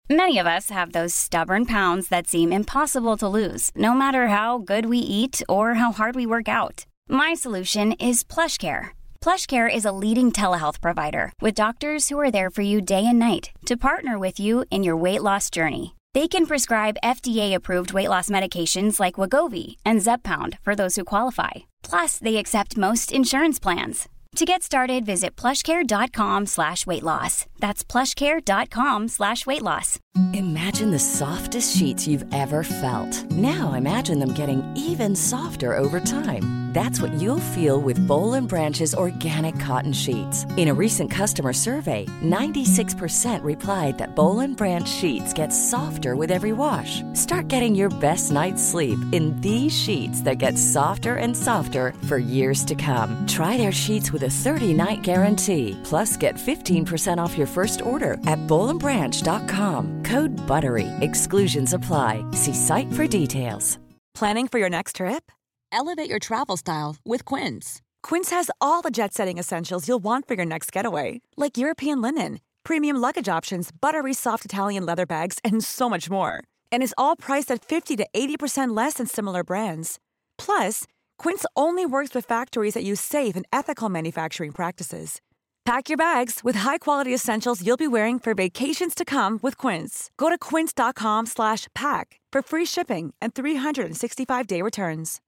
Many of us have those stubborn pounds that seem impossible to lose, no matter how good we eat or how hard we work out. My solution is PlushCare. PlushCare is a leading telehealth provider with doctors who are there for you day and night to partner with you in your weight loss journey. They can prescribe FDA-approved weight loss medications like Wegovy and Zepbound for those who qualify. Plus, they accept most insurance plans. To get started, visit plushcare.com/weightloss. That's plushcare.com/weightloss. Imagine the softest sheets you've ever felt. Now imagine them getting even softer over time. That's what you'll feel with Boll & Branch's organic cotton sheets. In a recent customer survey, 96% replied that Boll & Branch sheets get softer with every wash. Start getting your best night's sleep in these sheets that get softer and softer for years to come. Try their sheets with a 30-night guarantee. Plus, get 15% off your first order at bollandbranch.com. Code BUTTERY. Exclusions apply. See site for details. Planning for your next trip? Elevate your travel style with Quince. Quince has all the jet-setting essentials you'll want for your next getaway, like European linen, premium luggage options, buttery soft Italian leather bags, and so much more. And is all priced at 50 to 80% less than similar brands. Plus, Quince only works with factories that use safe and ethical manufacturing practices. Pack your bags with high-quality essentials you'll be wearing for vacations to come with Quince. Go to quince.com/pack for free shipping and 365-day returns.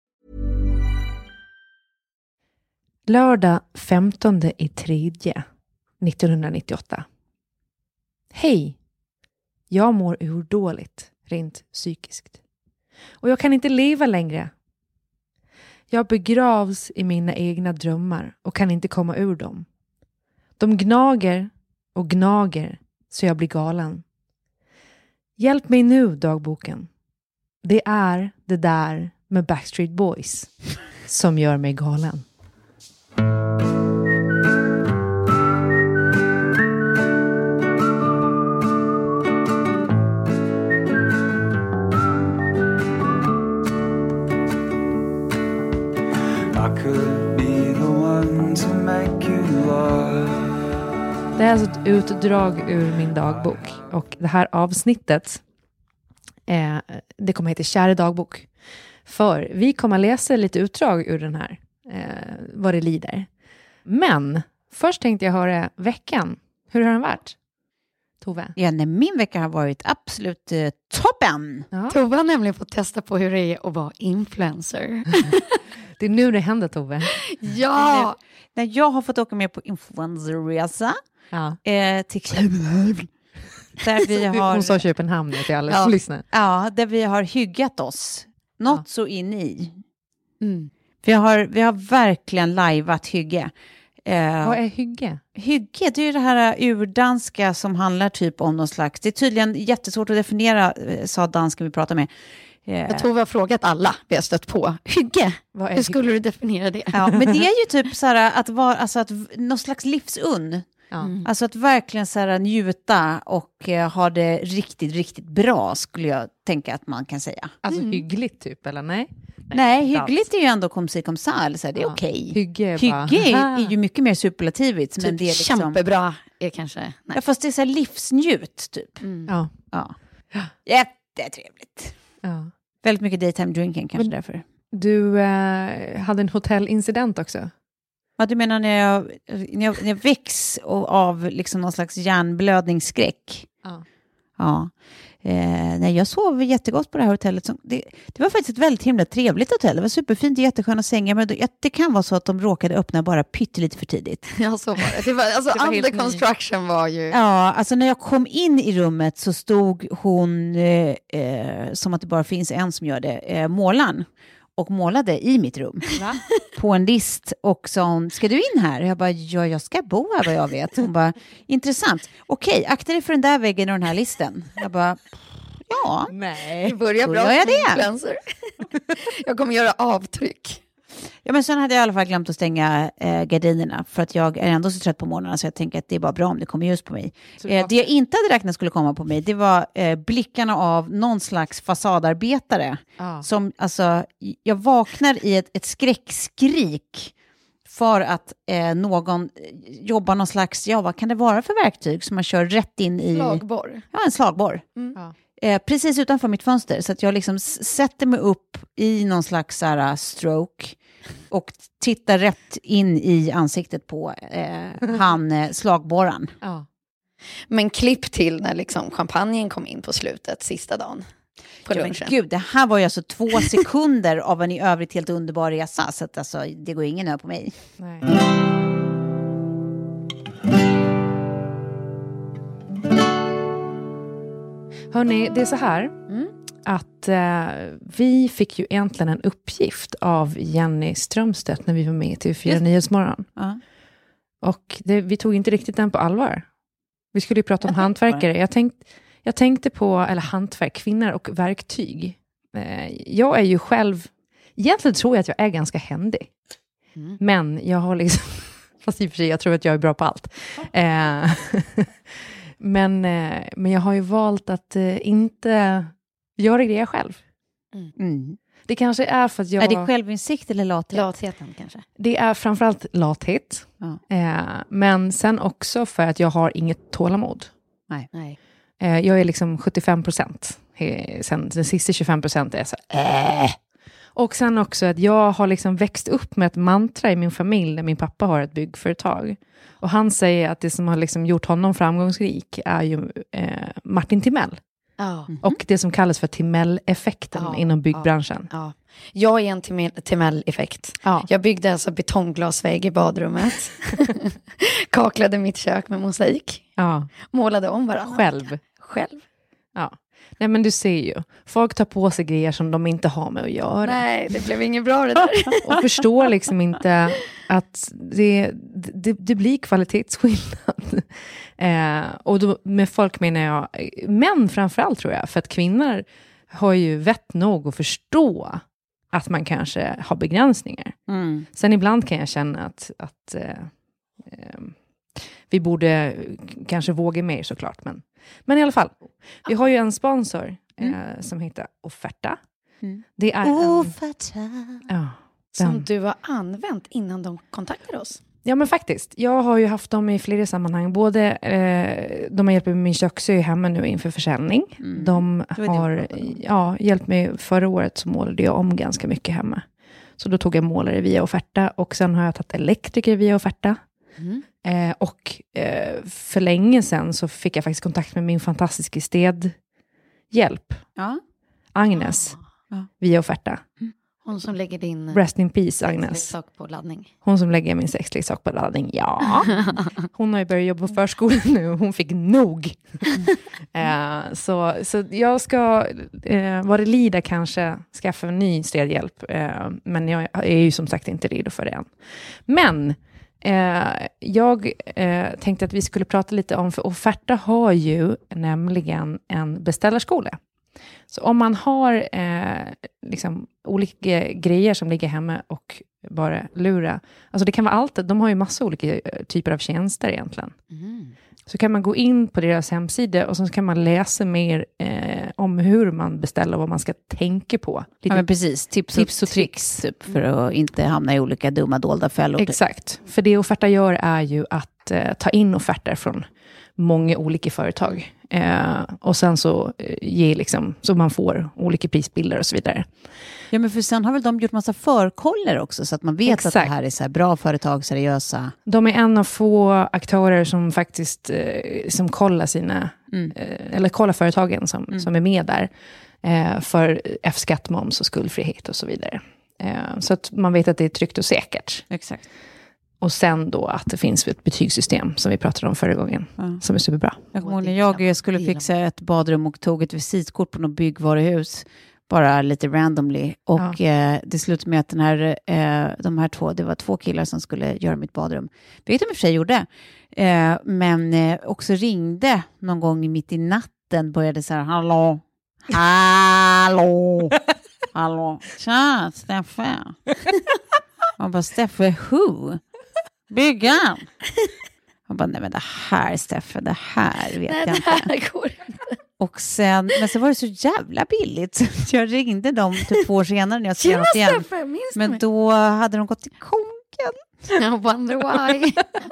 Lördag 15/3/1998. Hej! Jag mår urdåligt, rent psykiskt. Och jag kan inte leva längre. Jag begravs i mina egna drömmar och kan inte komma ur dem. De gnager och gnager så jag blir galen. Hjälp mig nu, dagboken. Det är det där med Backstreet Boys som gör mig galen. Det är alltså ett utdrag ur min dagbok. Och det här avsnittet det kommer heta Kära dagbok. För vi kommer läsa lite utdrag ur den här. Vad det lider. Men först tänkte jag höra veckan. Hur har den varit? Tove? Ja, min vecka har varit absolut toppen. Ja. Tove har nämligen fått testa på hur det är att vara influencer. Det är nu det händer, Tove. Ja! När jag har fått åka med på influencerresa. Ja. Till där vi har... Hon sa Köpenhamn till alla som lyssnar. Ja, där vi har hyggat oss. Något så in i. Mm. Vi har verkligen lajvat hygge. Vad är hygge? Hygge, det är ju det här urdanska som handlar typ om någon slags... Det är tydligen jättesvårt att definiera, sa dansken vi pratade med. Jag tror vi har frågat alla vi har stött på. Hygge, hur skulle du definiera det? Ja, men det är ju typ så här att vara, alltså att någon slags livsunn. Mm. Alltså att verkligen så här njuta och ha det riktigt, riktigt bra skulle jag tänka att man kan säga. Alltså hyggligt typ, eller nej? Nej, hyggligt är ju ändå kom si kom sa, så det är okej. Hygge är ju mycket mer superlativt. Typ men det är liksom, kämpebra är kanske... Nej. Ja, fast det är så här livsnjut typ. Ja. Jättetrevligt. Ja. Väldigt mycket daytime drinking kanske därför. Du hade en hotellincident också. Vad du menar när jag väcks av liksom någon slags hjärnblödningsskräck? Ja. Nej, jag sov jättegott på det här hotellet. Det var faktiskt ett väldigt himla trevligt hotell. Det var superfint, jättesköna sängar. Men det kan vara så att de råkade öppna bara pyttelite för tidigt. Ja, så var det. Det var, alltså, det var under construction var ju... Ja, alltså när jag kom in i rummet så stod hon, som att det bara finns en som gör det, målaren. Och målade i mitt rum. Va? På en list. Och sa hon, ska du in här? Jag bara, ja, jag ska bo här vad jag vet. Hon bara, intressant. Okej, akta dig för den där väggen och den här listen. Jag bara, ja. Nej. Det börjar bra. Gör jag det? Influencer. Jag kommer göra avtryck. Ja, men sen hade jag i alla fall glömt att stänga gardinerna. För att jag är ändå så trött på morgnarna. Så jag tänker att det är bara bra om det kommer ljus på mig. Det jag inte hade räknat skulle komma på mig. Det var blickarna av någon slags fasadarbetare. Som, alltså, jag vaknar i ett skräckskrik. för att någon jobbar någon slags, vad kan det vara för verktyg som man kör rätt in i? Slagborr. Ja, en slagborr. Precis utanför mitt fönster, så att jag liksom sätter mig upp i någon slags stroke och tittar rätt in i ansiktet på han slagborran. Ja. Men klipp till när liksom champagnen kom in på slutet, sista dagen på lunchen. Gud, det här var ju alltså 2 sekunder av en i övrigt helt underbar resa, så att alltså, det går ingen ö på mig. Nej. Hörrni, det är så här att vi fick ju egentligen en uppgift av Jenny Strömstedt när vi var med till TV4 Nyhetsmorgon. Och vi tog inte riktigt den på allvar. Vi skulle ju prata om hantverkare. Jag tänkte på, eller hantverk, kvinnor och verktyg. Jag är ju själv, egentligen tror jag att jag är ganska händig. Men jag har liksom, fast i och för sig, jag tror att jag är bra på allt. Men jag har ju valt att inte göra grejer själv. Det kanske är för att jag... Är det självinsikt eller lathet? Latheten kanske. Det är framförallt lathet. Men sen också för att jag har inget tålamod. Nej. Jag är liksom 75%. Sen den sista 25% är så Och sen också att jag har liksom växt upp med ett mantra i min familj där min pappa har ett byggföretag. Och han säger att det som har liksom gjort honom framgångsrik är ju Martin Timell. Och det som kallas för Timell-effekten inom byggbranschen. Jag är en Timell-effekt. Jag byggde alltså betongglasvägg i badrummet. Kaklade mitt kök med mosaik. Målade om varandra. Själv. Ja. Nej, men du ser ju. Folk tar på sig grejer som de inte har med att göra. Nej, det blev inget bra det där. Och förstår liksom inte att det blir kvalitetsskillnad. Och då, med folk menar jag, män framförallt tror jag. För att kvinnor har ju vett nog att förstå att man kanske har begränsningar. Sen ibland kan jag känna att vi borde kanske våga mer såklart. Men i alla fall, vi har ju en sponsor som heter Offerta. Det är Offerta. Som du har använt innan de kontaktade oss. Ja, men faktiskt. Jag har ju haft dem i flera sammanhang. Både de har hjälpt mig med min köksö hemma nu inför försäljning. De har hjälpt mig förra året, så målade jag om ganska mycket hemma. Så då tog jag målare via Offerta. Och sen har jag tagit elektriker via Offerta. Och för länge sedan så fick jag faktiskt kontakt med min fantastiska städhjälp. Agnes. Via Offerta. Hon som lägger din Rest in peace, Agnes. sexleksak på laddning. Hon som lägger min sexleksak på laddning, ja. Hon har ju börjat jobba på förskolan nu. Hon fick nog. Så jag ska, vad det lider kanske, skaffa en ny städhjälp. Men jag är ju som sagt inte redo för det än. Men jag tänkte att vi skulle prata lite om, för Offerta har ju nämligen en beställarskola. Så om man har liksom olika grejer som ligger hemma och bara lura. Alltså det kan vara allt. De har ju massa olika typer av tjänster egentligen. Så kan man gå in på deras hemsida och så kan man läsa mer om hur man beställer och vad man ska tänka på. Ja, men precis. Tips och tricks typ, för att inte hamna i olika dumma dolda fällor. Exakt. För det Offerta gör är ju att ta in offerter från många olika företag. Och sen så ge liksom, så man får olika prisbilder och så vidare. Ja, men för sen har väl de gjort massa förkoller också, så att man vet att det här är så här bra företag, seriösa. De är en av få aktörer som faktiskt som kollar sina eller kollar företagen som är med där för F-skatt, moms och skuldfrihet och så vidare. Så att man vet att det är tryggt och säkert. Exakt. Och sen då att det finns ett betygssystem som vi pratade om förra gången. Som är superbra. Jag kommer ihåg när jag skulle fixa ett badrum och tog ett visitkort på något byggvaruhus. Bara lite randomly. Och det slutade med att de här två, det var 2 killar som skulle göra mitt badrum. Vet du vad de för sig gjorde? Men också ringde någon gång mitt i natten. Började så här, hallå. Tja, Steffe. Man bara, Steffe, who? Byggan. Man bara, nej men det här, Steffe, det här vet jag inte. Nej, det här går inte. Och sen, men så var det så jävla billigt så jag ringde dem typ 2 år senare när jag skrev något igen. Steffe, men då hade de gått i konken. I wonder why.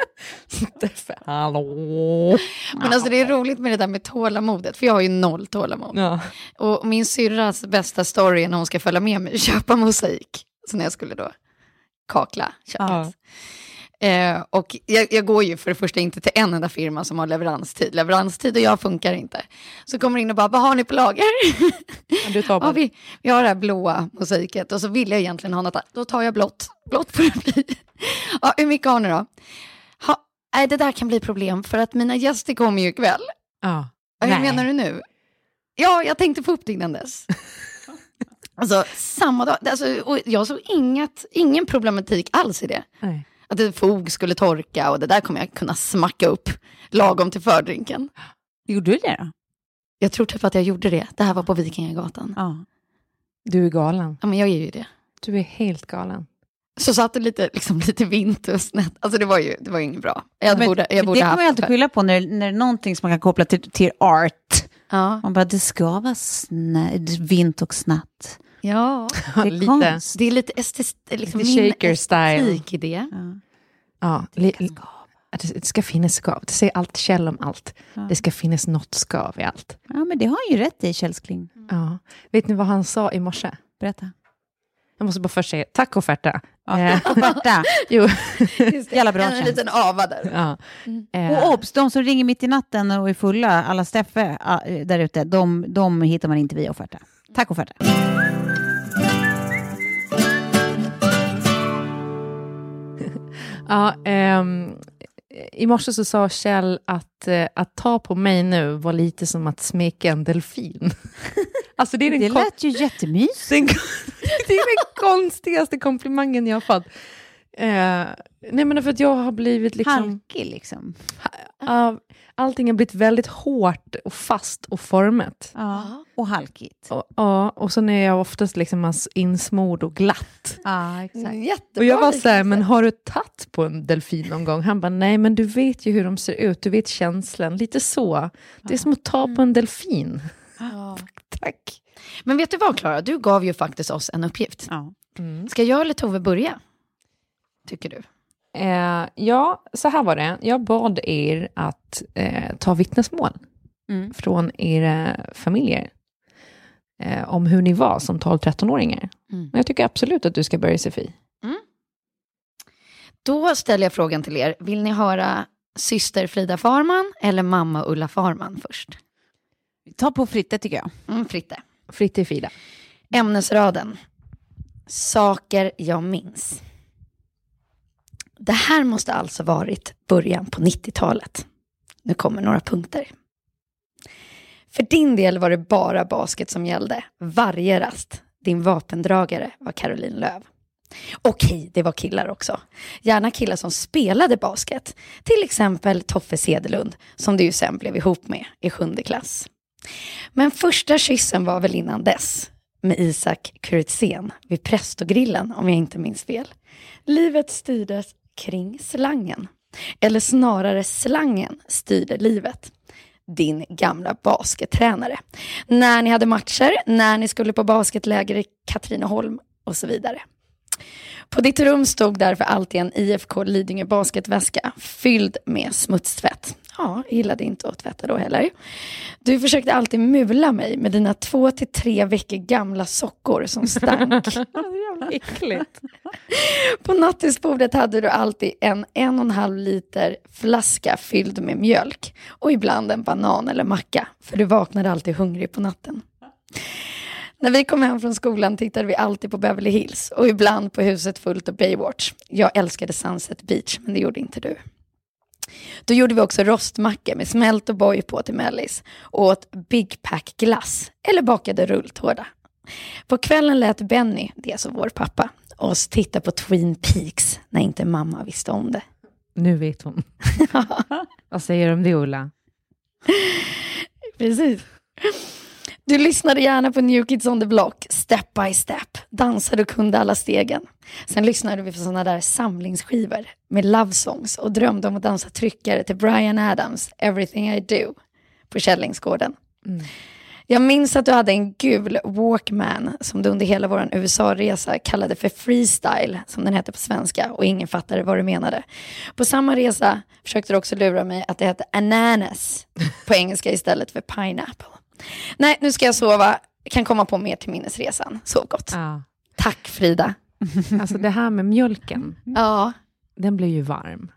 Hallå. Men alltså det är roligt med det där med tålamodet. För jag har ju 0 tålamod. Ja. Och min syrras bästa story är när hon ska följa med mig och köpa mosaik. Så när jag skulle då kakla köttet. Ja. Och jag går ju för det första inte till en enda firma som har leveranstid och jag funkar inte. Så kommer in och bara, vad har ni på lager? Du tar ja, vi har det här blåa mosaiket och så vill jag egentligen ha något, då tar jag blått får det bli. Ja, hur mycket har ni då? Nej, det där kan bli problem för att mina gäster kommer ju ikväll. Ja. Hur menar du nu? Ja, jag tänkte få upp det innan dess. Alltså samma dag, alltså, och jag såg ingen problematik alls i det. Nej. Att ett fog skulle torka och det där kommer jag kunna smacka upp lagom till fördrinken. Gjorde du det då? Jag tror typ att jag gjorde det. Det här var på Vikingagatan. Ja. Du är galen. Ja, men jag är ju det. Du är helt galen. Så satt det lite vintersnett. Alltså det var ju inget bra. Jag borde det kan man ju alltid skylla på när det är någonting som man kan koppla till art. Ja. Man bara, det ska vara vint och snatt. Ja, det är lite. Det är lite liksom shaker style i det. Ja, det ska finnas skav. Det säger allt Kjell om allt. Ja. Det ska finnas något skav i allt. Ja, men det har ju rätt i Kjellskling. Ja. Vet ni vad han sa i morse? Berätta. Jag måste bara först säga tack offerta. Ja, offerta. Jo. Jävla bra en liten ava där. Ja. Och obs, de som ringer mitt i natten och är fulla, alla Steffe där ute, de hittar man inte via offerta. Tack offerta. Ja, i morse så sa Kjell att ta på mig nu var lite som att smeka en delfin. Alltså det lät ju jättemysigt. Det är den konstigaste komplimangen jag har fått. Nej, men för att jag har blivit liksom... Halkig liksom. Allting har blivit väldigt hårt och fast och formet. Ja, och halkigt. Och så är jag oftast liksom insmord och glatt. Ja, exakt. Jättebra, och jag var så här, men har du tagit på en delfin någon gång? Han bara, nej men du vet ju hur de ser ut. Du vet känslan, lite så. Det är som att ta på en delfin. Tack. Men vet du vad, Klara? Du gav ju faktiskt oss en uppgift. Ja. Ska jag eller Tove börja? Tycker du? Ja, så här var det. Jag bad er att ta vittnesmål från era familjer om hur ni var som 12-13-åringar. Och jag tycker absolut att du ska börja, Sofie. Då ställer jag frågan till er. Vill ni höra syster Frida Farman eller mamma Ulla Farman först? Ta på Fritte tycker jag. Fritte. Fritte Frida. Ämnesraden. Saker jag minns. Det här måste alltså varit början på 90-talet. Nu kommer några punkter. För din del var det bara basket som gällde. Varje rast. Din vapendragare var Caroline Löv. Okej, det var killar också. Gärna killar som spelade basket. Till exempel Toffe Sedelund, som du ju sen blev ihop med i 7:e klass. Men första kyssen var väl innan dess. Med Isak Kurtzén vid Prästogrillen, om jag inte minns fel. Livet styrdes kring slangen. Eller snarare slangen styrde livet. Din gamla baskettränare. När ni hade matcher, när ni skulle på basketläger i Katrineholm och så vidare. På ditt rum stod därför alltid en IFK Lidingö basketväska fylld med smutstvätt. Ja, jag gillade inte att tvätta då heller. Du försökte alltid mula mig med dina 2 till 3 veckor gamla sockor som stank. Jävla äckligt. På nattisbordet hade du alltid en 1,5 liter flaska fylld med mjölk. Och ibland en banan eller macka. För du vaknade alltid hungrig på natten. När vi kom hem från skolan tittade vi alltid på Beverly Hills. Och ibland på Huset fullt och Baywatch. Jag älskade Sunset Beach, men det gjorde inte du. Då gjorde vi också rostmackor med smält och boj på till mellis. Och åt Big Pack glass. Eller bakade rulltårta. På kvällen lät Benny, det är så vår pappa, oss titta på Twin Peaks när inte mamma visste om det. Nu vet hon. Vad säger du om det, Ulla? Precis. Du lyssnade gärna på New Kids on the Block, Step by Step. Dansade och kunde alla stegen. Sen lyssnade vi på sådana där samlingsskivor med love songs och drömde om att dansa tryckare till Bryan Adams, Everything I Do, på Källingsgården. Jag minns att du hade en gul Walkman som du under hela vår USA-resa kallade för freestyle, som den heter på svenska, och ingen fattade vad du menade. På samma resa försökte du också lura mig att det hette ananas på engelska istället för pineapple. Nej, nu ska jag sova. Jag kan komma på mer till minnesresan. Sov gott. Ja. Tack, Frida. Alltså det här med mjölken, Ja. den blev ju varm.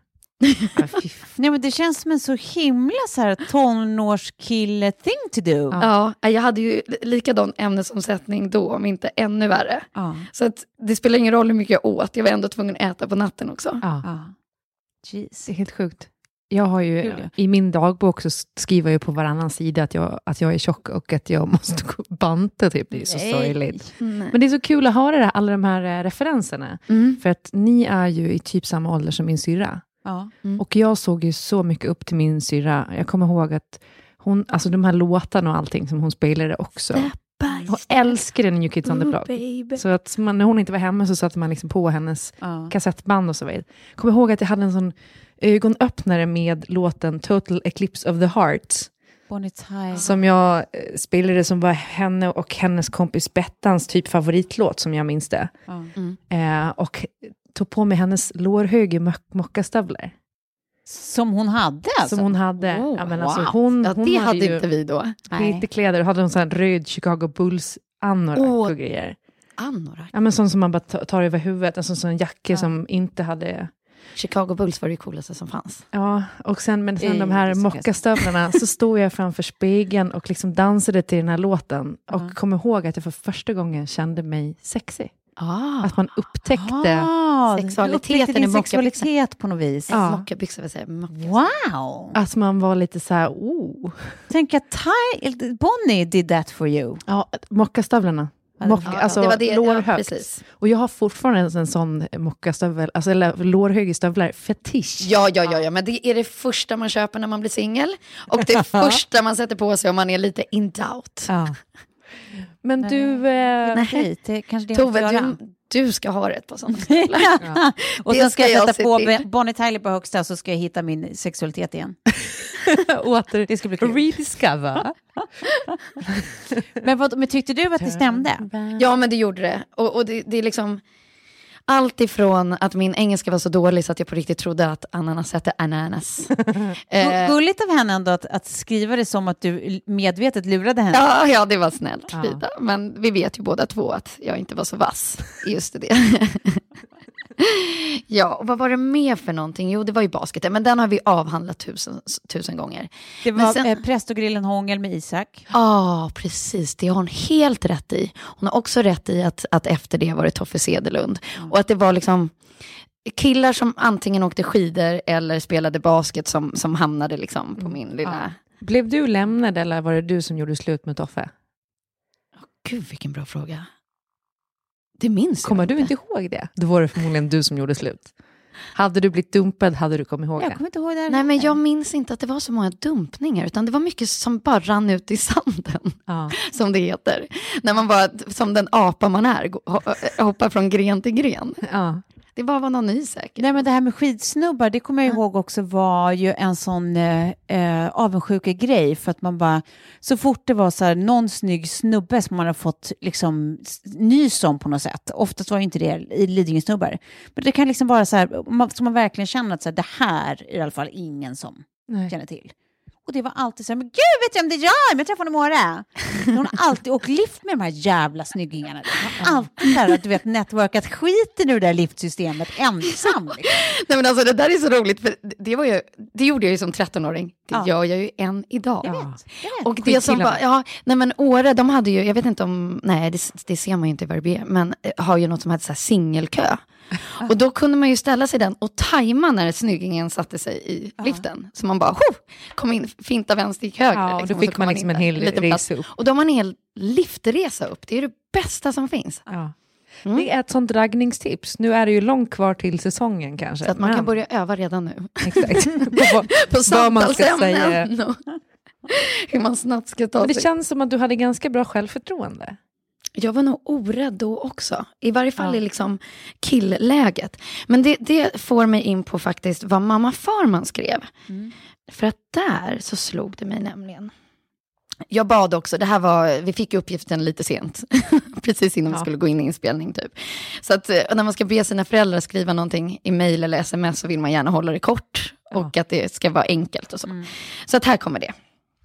Nej, men det känns som en så himla så här tonårskille thing to do. Ja, jag hade ju likadan ämnesomsättning då, om inte ännu värre. Ja. Så att det spelar ingen roll hur mycket jag åt. Jag var ändå tvungen att äta på natten också. Ja. Ja. Jeez. Det är helt sjukt. Jag har ju, i min dagbok så skriver jag på varannan sida att jag är tjock och att jag måste banta typ. Det är så sorgligt. Men det är så kul att höra alla de här referenserna. För att ni är ju i typ samma ålder som min syrra. Ja. Och jag såg ju så mycket upp till min syrra. Jag kommer ihåg att hon, alltså de här låtarna och allting som hon spelade också. Hon älskade New Kids on the Block. Så att när hon inte var hemma så satte man liksom på hennes kassettband och så vidare. Jag kommer ihåg att jag hade en sån ögonöppnare med låten Total Eclipse of the Heart. Bonnie Tyler. Som jag spelade, som var henne och hennes kompis Bettans typ favoritlåt som jag minns det. Och tog på mig hennes lårhöga mockastövlar. Som hon hade alltså? Som hon hade. Ja, men alltså, hon det hade ju inte vi då. skitkläder och hade en sån här röd Chicago Bulls anorak och grejer. Anorak? Ja, men sån som man bara tar över huvudet. En sån jacka som inte hade... Chicago Bulls var det coolaste som fanns. Ja, och sen de här mockastövlarna så stod jag framför spegeln och liksom dansade till den här låten. Och kom ihåg att jag för första gången kände mig sexy. Att man upptäckte sexualiteten i sexualitet på något vis. Mockabyxor vill säga. Wow! Att man var lite så här, Tänk att Bonnie did that for you. Ja, mockastövlarna. Alltså det var det, lårhögt. Ja, och jag har fortfarande en sån mockastövel, alltså eller lårhöga stövlar, fetisch. Ja, men det är det första man köper när man blir singel. Och det första man sätter på sig om man är lite in doubt. Ja. Men du... kanske det Tove, du ska ha rätt på sånt. Och sen ska jag sätta på Bonnie Tyler på högsta, så ska jag hitta min sexualitet igen. Det ska bli kul. Rediscover. Men tyckte du att det stämde? Ja, men det gjorde det. Och det är liksom... Allt ifrån att min engelska var så dålig så att jag på riktigt trodde att ananas hette ananas. Gulligt av henne ändå att skriva det som att du medvetet lurade henne. Ja, det var snällt, Frida. Men vi vet ju båda två att jag inte var så vass i just det. Ja, och vad var det med för någonting? Jo, det var ju basketen, men den har vi avhandlat tusen gånger. Det var Prästgrillen hångel med Isak. Ja, precis. Det har hon helt rätt i. Hon har också rätt i att efter det var det Toffe Sedelund. Och att det var liksom killar som antingen åkte skidor eller spelade basket som hamnade liksom på min lilla... Blev du lämnad eller var det du som gjorde slut med Toffe? Gud, vilken bra fråga. Det minns Kommer du inte ihåg det? Då var det förmodligen du som gjorde slut. Hade du blivit dumpad hade du kommit ihåg det. Jag kommer inte ihåg det. Nej, men jag minns inte att det var så många dumpningar, utan det var mycket som bara rann ut i sanden. Som det heter. När man bara, som den apa man är, hoppar från gren till gren. Det bara var någon ny säkert. Nej, men det här med skidsnubbar, det kommer jag ihåg också var ju en sån avundsjuka grej. För att man bara, så fort det var så här, någon snygg snubbe som man har fått liksom nys om på något sätt. Oftast var ju inte det i Lidingö-snubbar. Men det kan liksom vara så här, som man verkligen känner att så här, det här är i alla fall ingen som känner till. Och det var alltid så här, men gud, vet jag om det gör? Men jag träffade honom Åre. Hon har alltid åkt lift med de här jävla snyggingarna. Hon har alltid där, att du vet, networkat skiten ur det där liftsystemet ensam. Liksom. Nej, men alltså det där är så roligt, för det gjorde jag ju som 13-åring. Det gör jag ju än idag. Jag vet. Och det som bara, nej men Åre, de hade ju, jag vet inte om, nej det ser man ju inte i Verbier, men har ju något som heter så här singelkö. Och då kunde man ju ställa sig den och tajma när snyggingen satte sig i liften. Så man bara, kom in, finta vänster, gick höger. Ja, liksom, då fick man liksom en hel resa upp. Och då har man en hel liftresa upp. Det är det bästa som finns. Ja. Det är ett sånt raggningstips. Nu är det ju långt kvar till säsongen kanske. Så att man kan börja öva redan nu. Exakt. på samtalsämnen. Hur man snabbt ska ta sig. Det känns som att du hade ganska bra självförtroende. Jag var nog orädd då också. I varje fall i liksom killläget. Men det får mig in på faktiskt vad mamma Farman skrev. För att där så slog det mig nämligen Jag bad också, vi fick uppgiften lite sent. Precis innan vi skulle gå in i inspelning typ. Så att när man ska be sina föräldrar skriva någonting i mejl eller sms så vill man gärna hålla det kort. Och att det ska vara enkelt och så. Så att här kommer det.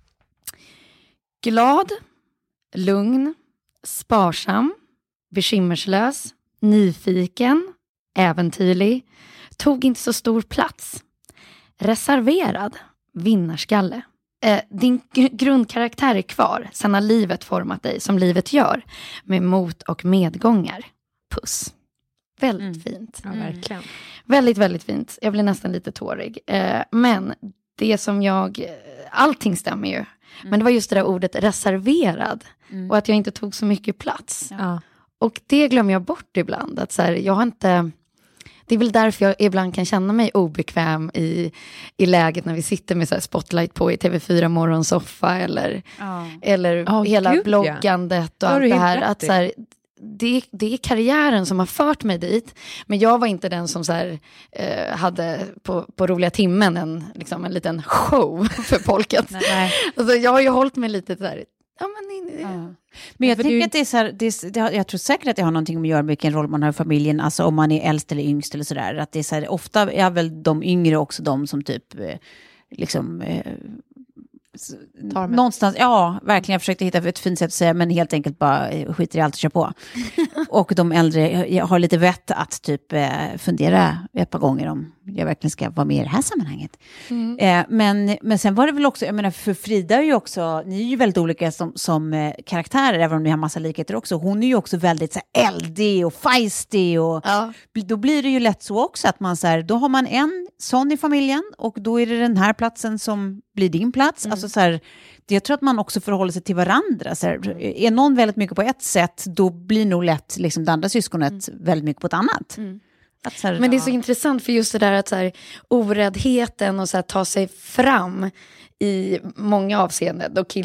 Glad, lugn, sparsam, bekymmerslös, nyfiken, äventyrlig, tog inte så stor plats. Reserverad, vinnarskalle. Din grundkaraktär är kvar, sen har livet format dig som livet gör. Med mot och medgångar. Puss. Väldigt fint. Ja, verkligen. Väldigt, väldigt fint. Jag blir nästan lite tårig. Men det som allting stämmer ju. Men det var just det där ordet reserverad. Och att jag inte tog så mycket plats. Ja. Och det glömmer jag bort ibland. Att så här, jag har inte... Det är väl därför jag ibland kan känna mig obekväm i läget när vi sitter med så här spotlight på i TV4 morgonsoffa eller hela bloggandet och allt det här. Att så här, det är karriären som har fört mig dit. Men jag var inte den som så här, hade på roliga timmen en liten show för folket. Nej. Alltså, jag har ju hållit mig lite så här... Men jag tänker att det är så här, jag tror säkert att det har någonting med att göra med vilken roll man har i familjen, alltså om man är äldst eller yngst eller sådär, att det är så här, ofta är väl de yngre också de som typ någonstans, ja, verkligen, jag försökte hitta ett fint sätt att säga, men helt enkelt bara skiter i allt och kör på. Och de äldre har lite vett att typ fundera ett par gånger om jag verkligen ska vara med i det här sammanhanget. Men sen var det väl också, jag menar, för Frida är ju också, ni är ju väldigt olika som karaktärer, även om ni har massa likheter också. Hon är ju också väldigt så här, eldig och feisty och då blir det ju lätt så också att man så här, då har man en sån i familjen och då är det den här platsen som blir din plats. Alltså så här, jag tror att man också förhåller sig till varandra. Så här, är någon väldigt mycket på ett sätt, då blir nog lätt det andra syskonet väldigt mycket på ett annat. Här, men det är så intressant för just det där att så här, oräddheten och så här, ta sig fram i många avseenden. Då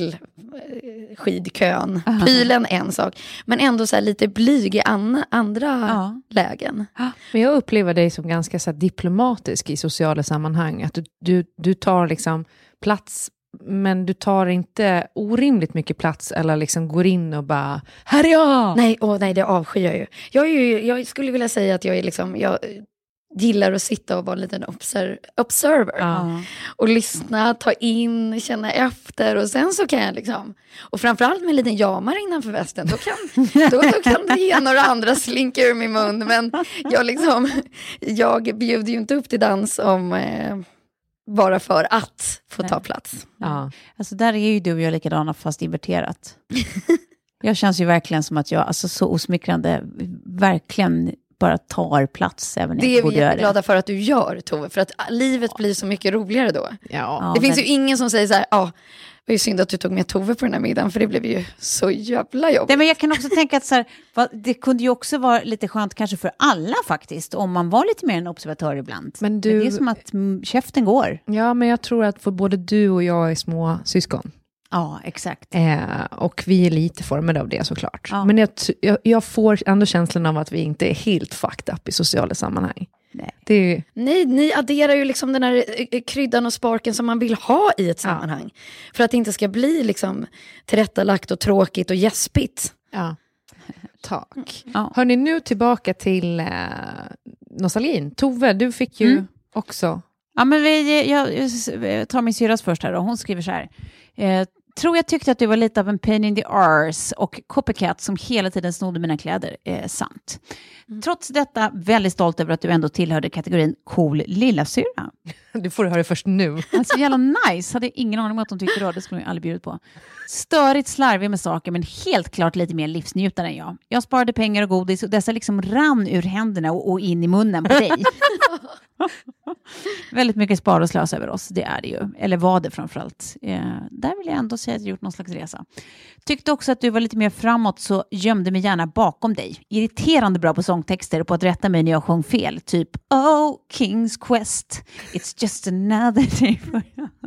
skidkön, pilen en sak. Men ändå så här, lite blyg i andra lägen. Men jag upplever dig som ganska så här, diplomatisk i sociala sammanhang. Att du tar plats, men du tar inte orimligt mycket plats eller går in och bara, här är jag! Nej, det avskyr jag ju. Jag skulle vilja säga att jag är jag gillar att sitta och vara en liten observer. Och lyssna, ta in, känna efter. Och sen så kan jag och framförallt med en liten jamare innanför västen. Då kan det ge några andra slinka ur min mun. Men jag bjuder ju inte upp till dans om... bara för att få ta plats. Ja. Alltså där är ju du och jag likadana fast inverterat. Jag känns ju verkligen som att jag så osmickrande verkligen bara tar plats även när jag borde göra det. Det är vi jätteglada för att du gör, Tove, för att livet blir så mycket roligare då. Ja. Det finns ju ingen som säger så här, det var ju synd att du tog med Tove på den här middagen, för det blev ju så jävla jobbigt. Nej, men jag kan också tänka att så här, det kunde ju också vara lite skönt kanske för alla faktiskt, om man var lite mer en observatör ibland. Men det är som att käften går. Ja, men jag tror att för både du och jag är små syskon. Ja, exakt. Och vi är lite formade av det såklart. Ja. Men jag får ändå känslan av att vi inte är helt fucked up i sociala sammanhang. Nej, ni adderar ju den här kryddan och sparken som man vill ha i ett sammanhang. För att det inte ska bli tillrättalagt och tråkigt och gäspigt. Ja, tack. Hörni, nu tillbaka till nostalgin. Tove, du fick ju också... Ja, men jag tar min syras först här då. Hon skriver så här. Tror jag tyckte att du var lite av en pain in the arse och copycat som hela tiden snodde mina kläder. Sant. Trots detta väldigt stolt över att du ändå tillhörde kategorin cool lillasyra. Du får höra det först nu. Alltså jävla nice. Hade ingen aning om att de tyckte då. Det skulle jag aldrig bjudit på. Störigt slarvig med saker, men helt klart lite mer livsnjutare än jag. Jag sparade pengar och godis och dessa rann ur händerna och in i munnen på dig. Väldigt mycket spara och slösa över oss, det är det ju. Eller var det framförallt. Där vill jag ändå säga att jag gjort någon slags resa. Tyckte också att du var lite mer framåt, så gömde mig gärna bakom dig. Irriterande bra på sångtexter och på att rätta mig när jag sjöng fel. Typ, oh, King's Quest. It's just another day for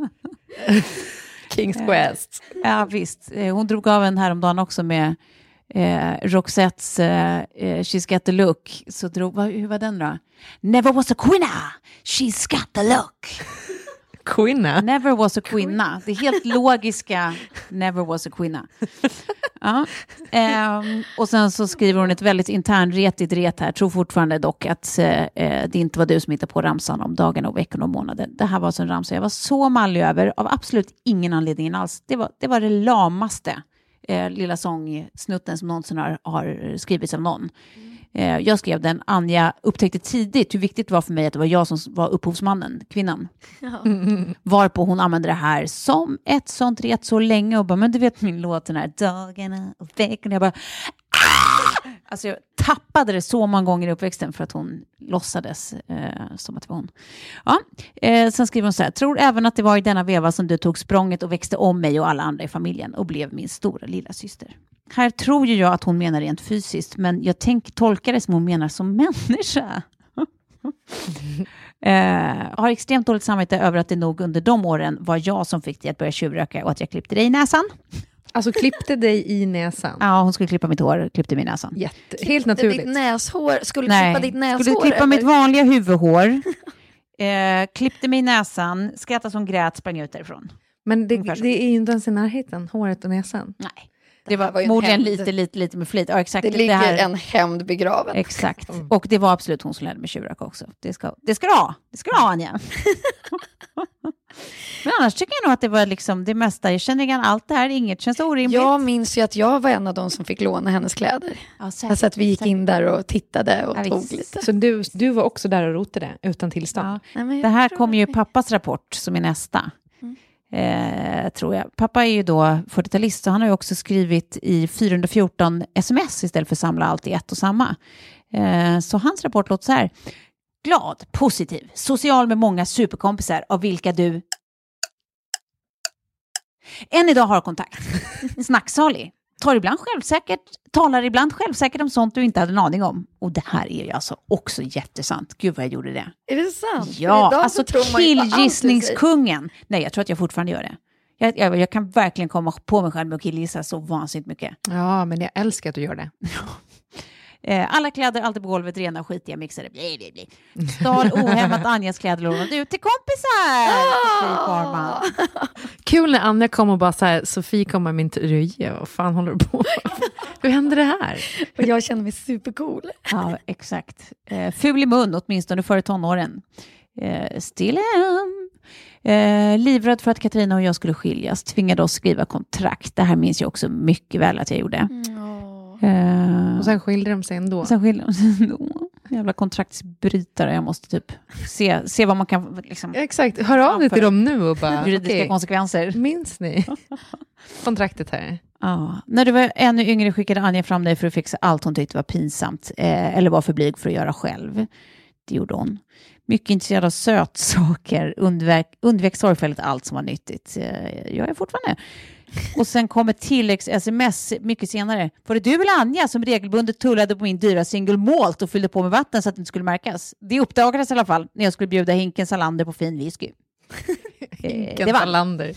King's Quest. Ja, visst. Hon drog av en häromdagen också med Roxettes She's Got the Look. Så hur var den då? Never was a queener, she's got the look. Kvinna. Never was a kvinna. Det är helt logiska never was a kvinna. Ja. Och sen så skriver hon ett väldigt internretigt ret här. Tror fortfarande dock att det inte var du som hittade på ramsan om dagarna och veckorna och månaden. Det här var alltså en ramsa jag var så mallig över av absolut ingen anledning alls. Det var det lamaste lilla sångsnutten som någonsin har skrivits av någon. Jag skrev den. Anja upptäckte tidigt hur viktigt det var för mig att det var jag som var upphovsmannen, kvinnan. Varpå hon använde det här som ett sånt ret så länge och bara, men du vet min låt, den här dagarna och veckorna. Jag bara, alltså jag tappade det så många gånger i uppväxten för att hon låtsades som att det var hon. Ja, sen skriver hon så här: tror även att det var i denna veva som du tog språnget och växte om mig och alla andra i familjen och blev min stora lilla syster. Här tror ju jag att hon menar rent fysiskt, men jag tolkar det som hon menar som människa. Har extremt dåligt samvete över att det nog under de åren var jag som fick dig att börja tjuvröka och att jag klippte dig i näsan. Alltså klippte dig i näsan? Ja, hon skulle klippa mitt hår, klippte mig i näsan. Helt naturligt. Ditt näshår, klippa ditt näshår? Skulle klippa mitt vanliga huvudhår. Klippte mig i näsan, skrattade som grät, sprang ut därifrån. Men det är ju inte ens i närheten, håret och näsan. Nej. Det var förmodligen lite med flit. Ja, exakt. Det ligger en hämnd begraven. Exakt. Och det var absolut hon som lärde mig tjuvröka också. Det ska du ha, Anja. Men annars tycker jag nog att det var liksom det mesta. Jag känner igen allt det här. Inget känns orimligt. Jag minns ju att jag var en av de som fick låna hennes kläder. Ja, alltså att vi gick in där och tittade och tog lite. Så du var också där och rotade utan tillstånd? Ja. Det här kommer ju pappas rapport som är nästa. Tror jag. Pappa är ju då 40-talist, så han har ju också skrivit i 414 sms istället för samla allt i ett och samma. Så hans rapport låter så här: glad, positiv, social med många superkompisar av vilka du än idag har kontakt. Snacksalig. Talar ibland självsäkert om sånt du inte hade en aning om. Och det här är ju alltså också jättesant. Gud vad jag gjorde det. Är det sant? Ja, alltså killgissningskungen. Nej, jag tror att jag fortfarande gör det. Jag kan verkligen komma på mig själv med att killgissa så vansinnigt mycket. Ja, men jag älskar att du gör det. Alla kläder alltid på golvet, rena och skitiga mixade. Stal ohämmat Anjas kläder och lånade ut till kompisar. Kul när Anja kom och bara så här: Sofie kommer med min tröja. Vad fan håller du på? Hur hände det här? Och jag känner mig supercool. Ja, exakt. Ful i mun, åtminstone före tonåren. Livrädd för att Katarina och jag skulle skiljas. Tvingade oss skriva kontrakt. Det här minns jag också mycket väl att jag gjorde. Och sen skilde de sig ändå. Jävla kontraktsbrytare. Jag måste typ se vad man kan liksom, exakt, hör av dig till dem nu och bara juridiska konsekvenser. Minns ni kontraktet här? Ja. När du var ännu yngre skickade Anja fram dig för att fixa allt hon tyckte var pinsamt eller var för blyg för att göra själv. Det gjorde hon. Mycket intresserad av sötsaker, undvek sorgfälligt allt som var nyttigt. Jag är fortfarande. Och sen kommer tilläggs-sms mycket senare. Var det du eller Anja som regelbundet tullade på min dyra single malt och fyllde på med vatten så att det inte skulle märkas? Det uppdagades i alla fall när jag skulle bjuda Hinken Salander på fin whisky. Hinken Salander.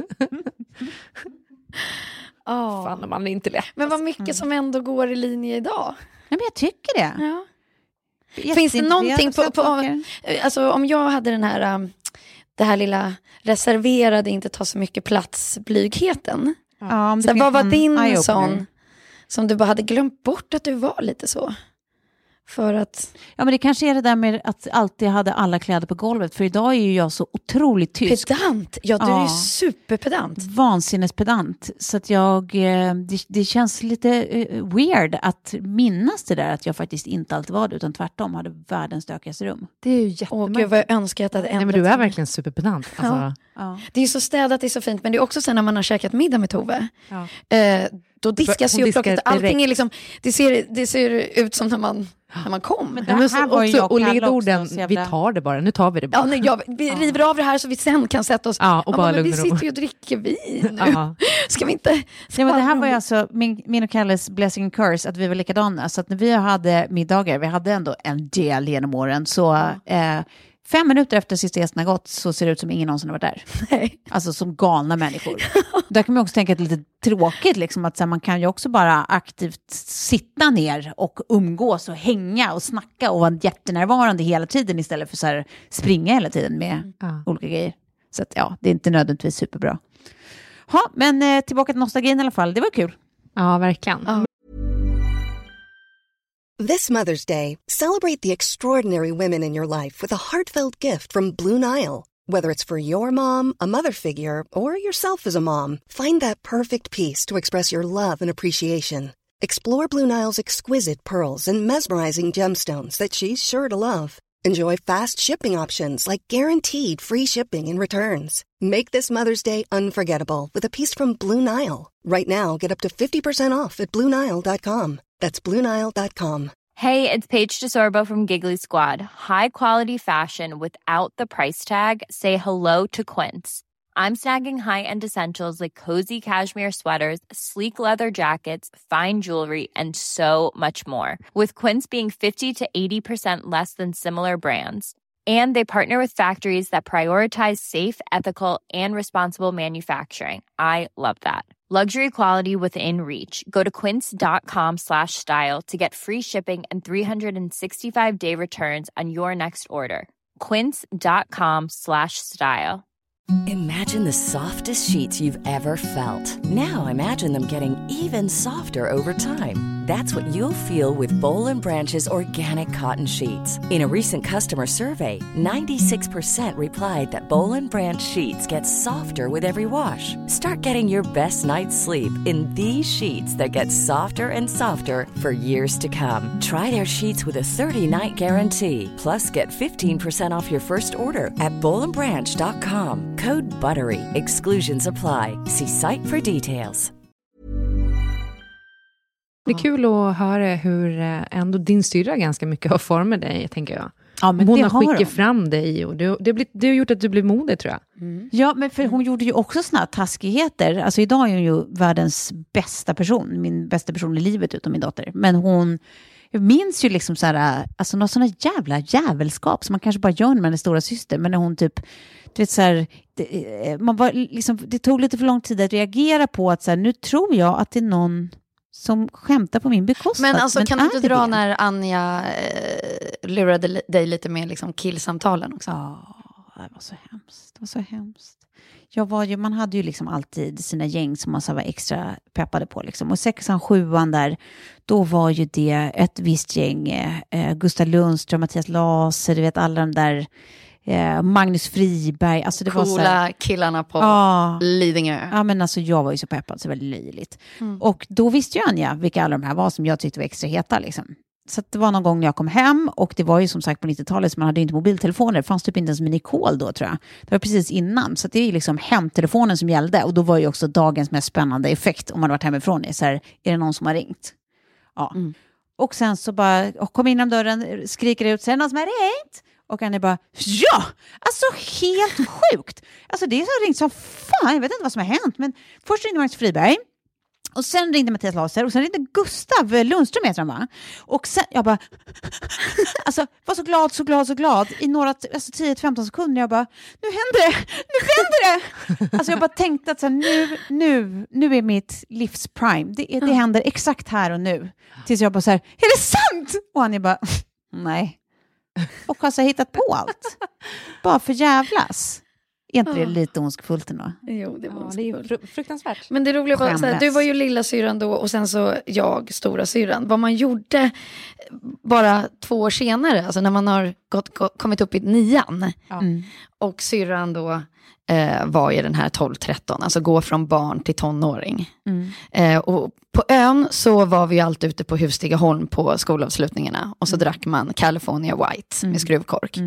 Fan, om man är inte lätt. Men vad mycket som ändå går i linje idag. Nej, men jag tycker det. Ja. Finns det någonting på alltså om jag hade den här det här lilla reserverade, inte ta så mycket plats blygheten. Ja, så vad var din sån som du bara hade glömt bort att du var lite så? För att... Ja, men det kanske är det där med att alltid hade alla kläder på golvet. För idag är ju jag så otroligt tysk. Pedant. Ja, du är ju superpedant. Vansinnespedant. Så att det känns lite weird att minnas det där. Att jag faktiskt inte alltid var det, utan tvärtom hade världens stökigaste rum. Det är ju jättemärkligt. Gud vad jag önskar att det hade ändrat. Nej, men du är verkligen superpedant. Alltså. Ja. Det är så städat, det är så fint. Men det är också sen när man har käkat middag med Tove. Ja. Då diskas ju plockat. Allting är liksom, det ser ut som när man kom. Men det här var också, och ledorden, vi tar det bara. Nu tar vi det bara. Ja, vi river av det här så vi sen kan sätta oss. Ja, och bara men vi sitter ju och dricker vin nu. Ska vi inte... Ja, men det här var ju alltså min och Kalles blessing and curse, att vi var likadana. Så att när vi hade middagar, vi hade ändå en del genom åren, så... 5 minuter efter sista gästen har gått så ser det ut som ingen någonsin har varit där. Nej. Alltså som galna människor. Där kan man också tänka att det är lite tråkigt liksom, att så här, man kan ju också bara aktivt sitta ner och umgås och hänga och snacka och vara jättenärvarande hela tiden istället för så här springa hela tiden med olika grejer. Så att, ja, det är inte nödvändigtvis superbra. Ja, men tillbaka till nostalgin i alla fall. Det var kul. Ja, verkligen. Ja. This Mother's Day, celebrate the extraordinary women in your life with a heartfelt gift from Blue Nile. Whether it's for your mom, a mother figure, or yourself as a mom, find that perfect piece to express your love and appreciation. Explore Blue Nile's exquisite pearls and mesmerizing gemstones that she's sure to love. Enjoy fast shipping options like guaranteed free shipping and returns. Make this Mother's Day unforgettable with a piece from Blue Nile. Right now, get up to 50% off at BlueNile.com. That's BlueNile.com. Hey, it's Paige DeSorbo from Giggly Squad. High quality fashion without the price tag. Say hello to Quince. I'm snagging high-end essentials like cozy cashmere sweaters, sleek leather jackets, fine jewelry, and so much more. With Quince being 50 to 80% less than similar brands. And they partner with factories that prioritize safe, ethical, and responsible manufacturing. I love that. Luxury quality within reach. Go to quince.com/style to get free shipping and 365-day returns on your next order. Quince.com/style. Imagine the softest sheets you've ever felt. Now imagine them getting even softer over time. That's what you'll feel with Boll & Branch's organic cotton sheets. In a recent customer survey, 96% replied that Boll & Branch sheets get softer with every wash. Start getting your best night's sleep in these sheets that get softer and softer for years to come. Try their sheets with a 30-night guarantee. Plus, get 15% off your first order at bollandbranch.com. Code BUTTERY. Exclusions apply. See site for details. Det är kul att höra hur ändå din styrra ganska mycket har format dig, tänker jag. Ja, men hon det har skickat hon. fram dig och det har gjort att du blev modig, tror jag. Mm. Ja, men för hon gjorde ju också såna taskigheter. Alltså idag är hon ju världens bästa person. Min bästa person i livet utom min dotter. Men jag minns ju liksom så här, alltså någon sån här jävla jävelskap som man kanske bara gör med en stora syster. Men när hon typ, du vet så här, det tog lite för lång tid att reagera på att så här, nu tror jag att det är någon som skämtar på min bekostnad. Men alltså, kan du inte dra det? när Anja lurade dig lite med liksom killsamtalen också? Ja, det var så hemskt. Det var så hemskt. Man hade ju liksom alltid sina gäng som man så var extra peppade på. Liksom. Och 6an, 7an där, då var ju det ett visst gäng. Gustav Lundström, Mattias Laser, du vet alla de där... Magnus Friberg, alltså det coola var så här, killarna på Lidingö. Ja, men alltså jag var ju så peppad, så väldigt löjligt. Och då visste ju Anja vilka alla de här var som jag tyckte var extra heta liksom. Så att det var någon gång när jag kom hem, och det var ju som sagt på 90-talet, så man hade ju inte mobiltelefoner. Det fanns typ inte ens med Nicole då, tror jag. Det var precis innan, så att det är ju liksom hemtelefonen som gällde. Och då var ju också dagens mest spännande effekt om man varit hemifrån. Så här, är det någon som har ringt? Ja. Och sen så bara, kom in om dörren, skriker ut, sen någon som har ringt? Och han är bara, ja! Alltså helt sjukt. Alltså det är så ringt som fan, jag vet inte vad som har hänt. Men först ringde Magnus Friberg. Och sen ringde Mattias Laser. Och sen ringde Gustav Lundström, heter han, va? Och sen, jag bara... alltså, var så glad. I några 10-15 sekunder, jag bara... Nu händer det! Alltså jag bara tänkte att så här, nu är mitt livs prime. Det händer exakt här och nu. Tills jag bara så här, är det sant? Och han är bara, nej. Och har så hittat på allt. Bara för jävlas. Är inte det lite ondskefullt ändå? Jo, det var det är fruktansvärt. Men det roliga var att du var ju lilla syran då, och sen så jag, stora syran. Vad man gjorde bara 2 år senare, alltså när man har kommit upp i 9:an. Och syran då var ju den här 12-13, alltså gå från barn till tonåring. Och på ön så var vi ju alltid ute på Husstigaholm på skolavslutningarna, och så drack man California White med skruvkork.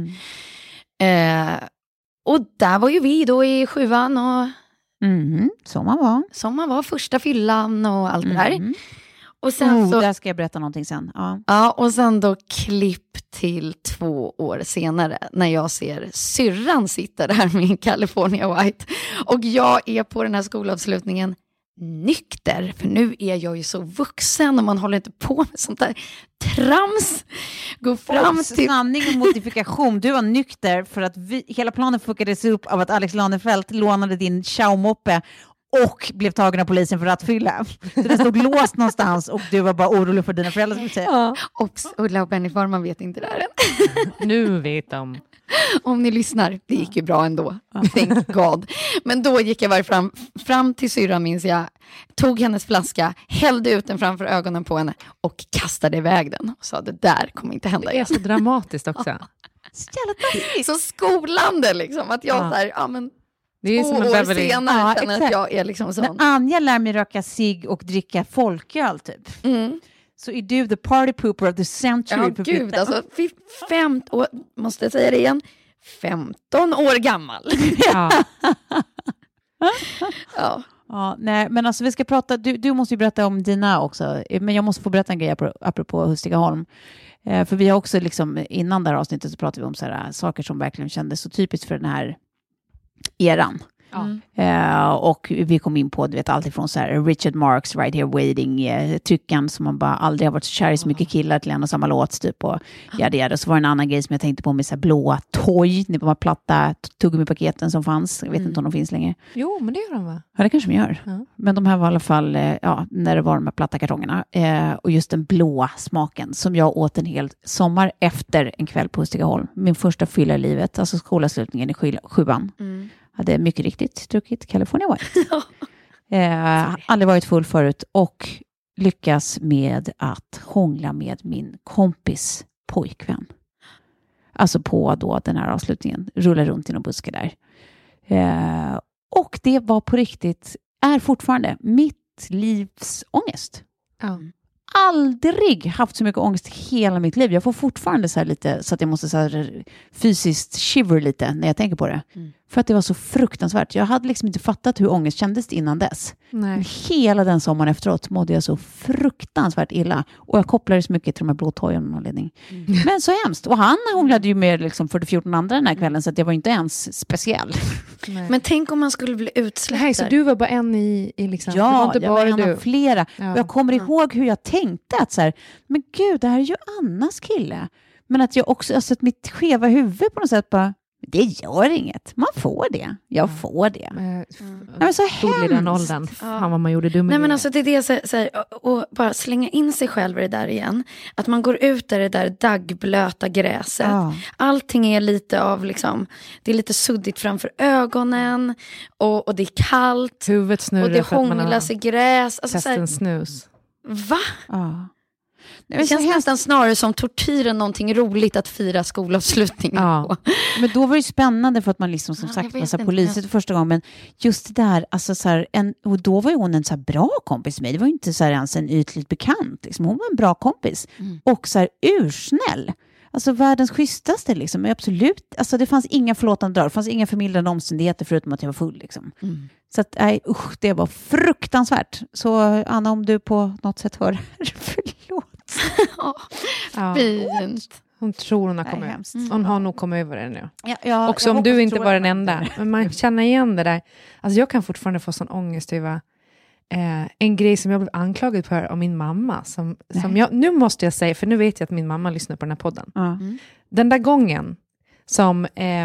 Och där var ju vi då i 7:an och som man var första fyllan och allt det där. Och sen så, där ska jag berätta någonting sen. Ja, och sen då klipp till 2 år senare när jag ser syrran sitta där med en California White. Och jag är på den här skolavslutningen nykter, för nu är jag ju så vuxen och man håller inte på med sånt där trams. Gå fram till... Sanning och modifikation. Du var nykter för att hela planen fuckades upp av att Alex Lanefelt lånade din Xiaomoppe och blev tagen av polisen för att fylla. Så det stod låst någonstans och du var bara orolig för dina föräldrar, skulle säga. Ja. Och Ulla och Benny Farman vet inte det här än. Nu vet de. Om ni lyssnar, det gick ju bra ändå. Thank God. Men då gick jag fram till syrran, minns jag. Tog hennes flaska, hällde ut den framför ögonen på henne och kastade iväg den. Och sa, det där kommer inte hända igen. Det är så dramatiskt också. Så skolande liksom. Att jag men det är 2 som en år Beverly. senare känner att jag är liksom sån. När Anja lär mig röka cigg och dricka folköl typ. Så är du the party pooper of the century. Ja, gud, alltså 15 år, måste jag säga det igen, 15 år gammal. Ja, nej, men alltså vi ska prata, du måste ju berätta om dina också, men jag måste få berätta en grej apropå Hustigaholm. För vi har också liksom, innan det här avsnittet så pratade vi om så här, saker som verkligen kändes så typiskt för den här eran. Och vi kom in på, du vet, allt ifrån så här Richard Marx, Right Here Waiting, tryckan som man bara aldrig har varit så kär i så mycket killar till en och samma låt typ, och så var det en annan grej som jag tänkte på med så här blåa Toy, det var platta tuggummipaketen som fanns, jag vet inte om de finns längre. Jo, men det gör de, va? Ja, det kanske de gör. Men de här var i alla fall, när det var de här platta kartongerna, och just den blåa smaken som jag åt en hel sommar efter en kväll på Hustigaholm, min första fylla i livet, alltså skolavslutningen i 7:an. Hade mycket riktigt druckit California White. Aldrig varit full förut och lyckas med att hångla med min kompis pojkvän. Alltså på då den här avslutningen. Rulla runt i någon buske där. Och det var på riktigt, är fortfarande mitt livs ångest. Aldrig haft så mycket ångest i hela mitt liv. Jag får fortfarande så här lite, så att jag måste så här fysiskt shiver lite när jag tänker på det. För att det var så fruktansvärt. Jag hade liksom inte fattat hur ångest kändes innan dess. Men hela den sommaren efteråt mådde jag så fruktansvärt illa. Och jag kopplade så mycket till de här blå tojen av någon anledning. Men så hemskt. Och han hånglade ju med liksom 40-14 andra den här kvällen, så att jag var inte ens speciell. Men tänk om man skulle bli utsläppt. Nej, så du var bara en i liksom. Ja, det var inte jag bara var en du. av flera. Ja. Och jag kommer ihåg hur jag tänkte att så här, men gud, det här är ju Annas kille. Men att jag också, alltså att mitt skeva huvud på något sätt bara, det gör inget. Man får det. Jag får det. Men så hemskt. I den åldern. Fan vad man gjorde dumma. Nej, men alltså det är det så här, och bara slänga in sig själv i det där igen. Att man går ut i det där daggblöta gräset. Allting är lite av liksom, det är lite suddigt framför ögonen. Och det är kallt. Huvudet snurrar. Och det hånglas i gräs. Alltså, så här, snus. Va? Det känns nästan snarare som tortyr än någonting roligt att fira skolavslutningen på. Men då var det spännande för att man liksom som sagt var så poliser för första gången. Men just det där, alltså så här, och då var ju hon en så här bra kompis med mig. Det var ju inte så här ens en ytligt bekant. Liksom. Hon var en bra kompis. Och så här ursnäll. Alltså världens schysstaste liksom. Men absolut, alltså det fanns inga förlåtande drag. Det fanns inga förmildrande omständigheter förutom att jag var full liksom. Så att, det var fruktansvärt. Så Anna, om du på något sätt hör förlåt. Fint. Hon tror hon har kommit över. Hon har nog kommit över det nu. Också jag om du inte tror var den enda. Men man känner igen det där. Alltså jag kan fortfarande få sån ångest över en grej som jag blev anklagad på av min mamma. Som jag, nu måste jag säga, för nu vet jag att min mamma lyssnar på den här podden. Den där gången som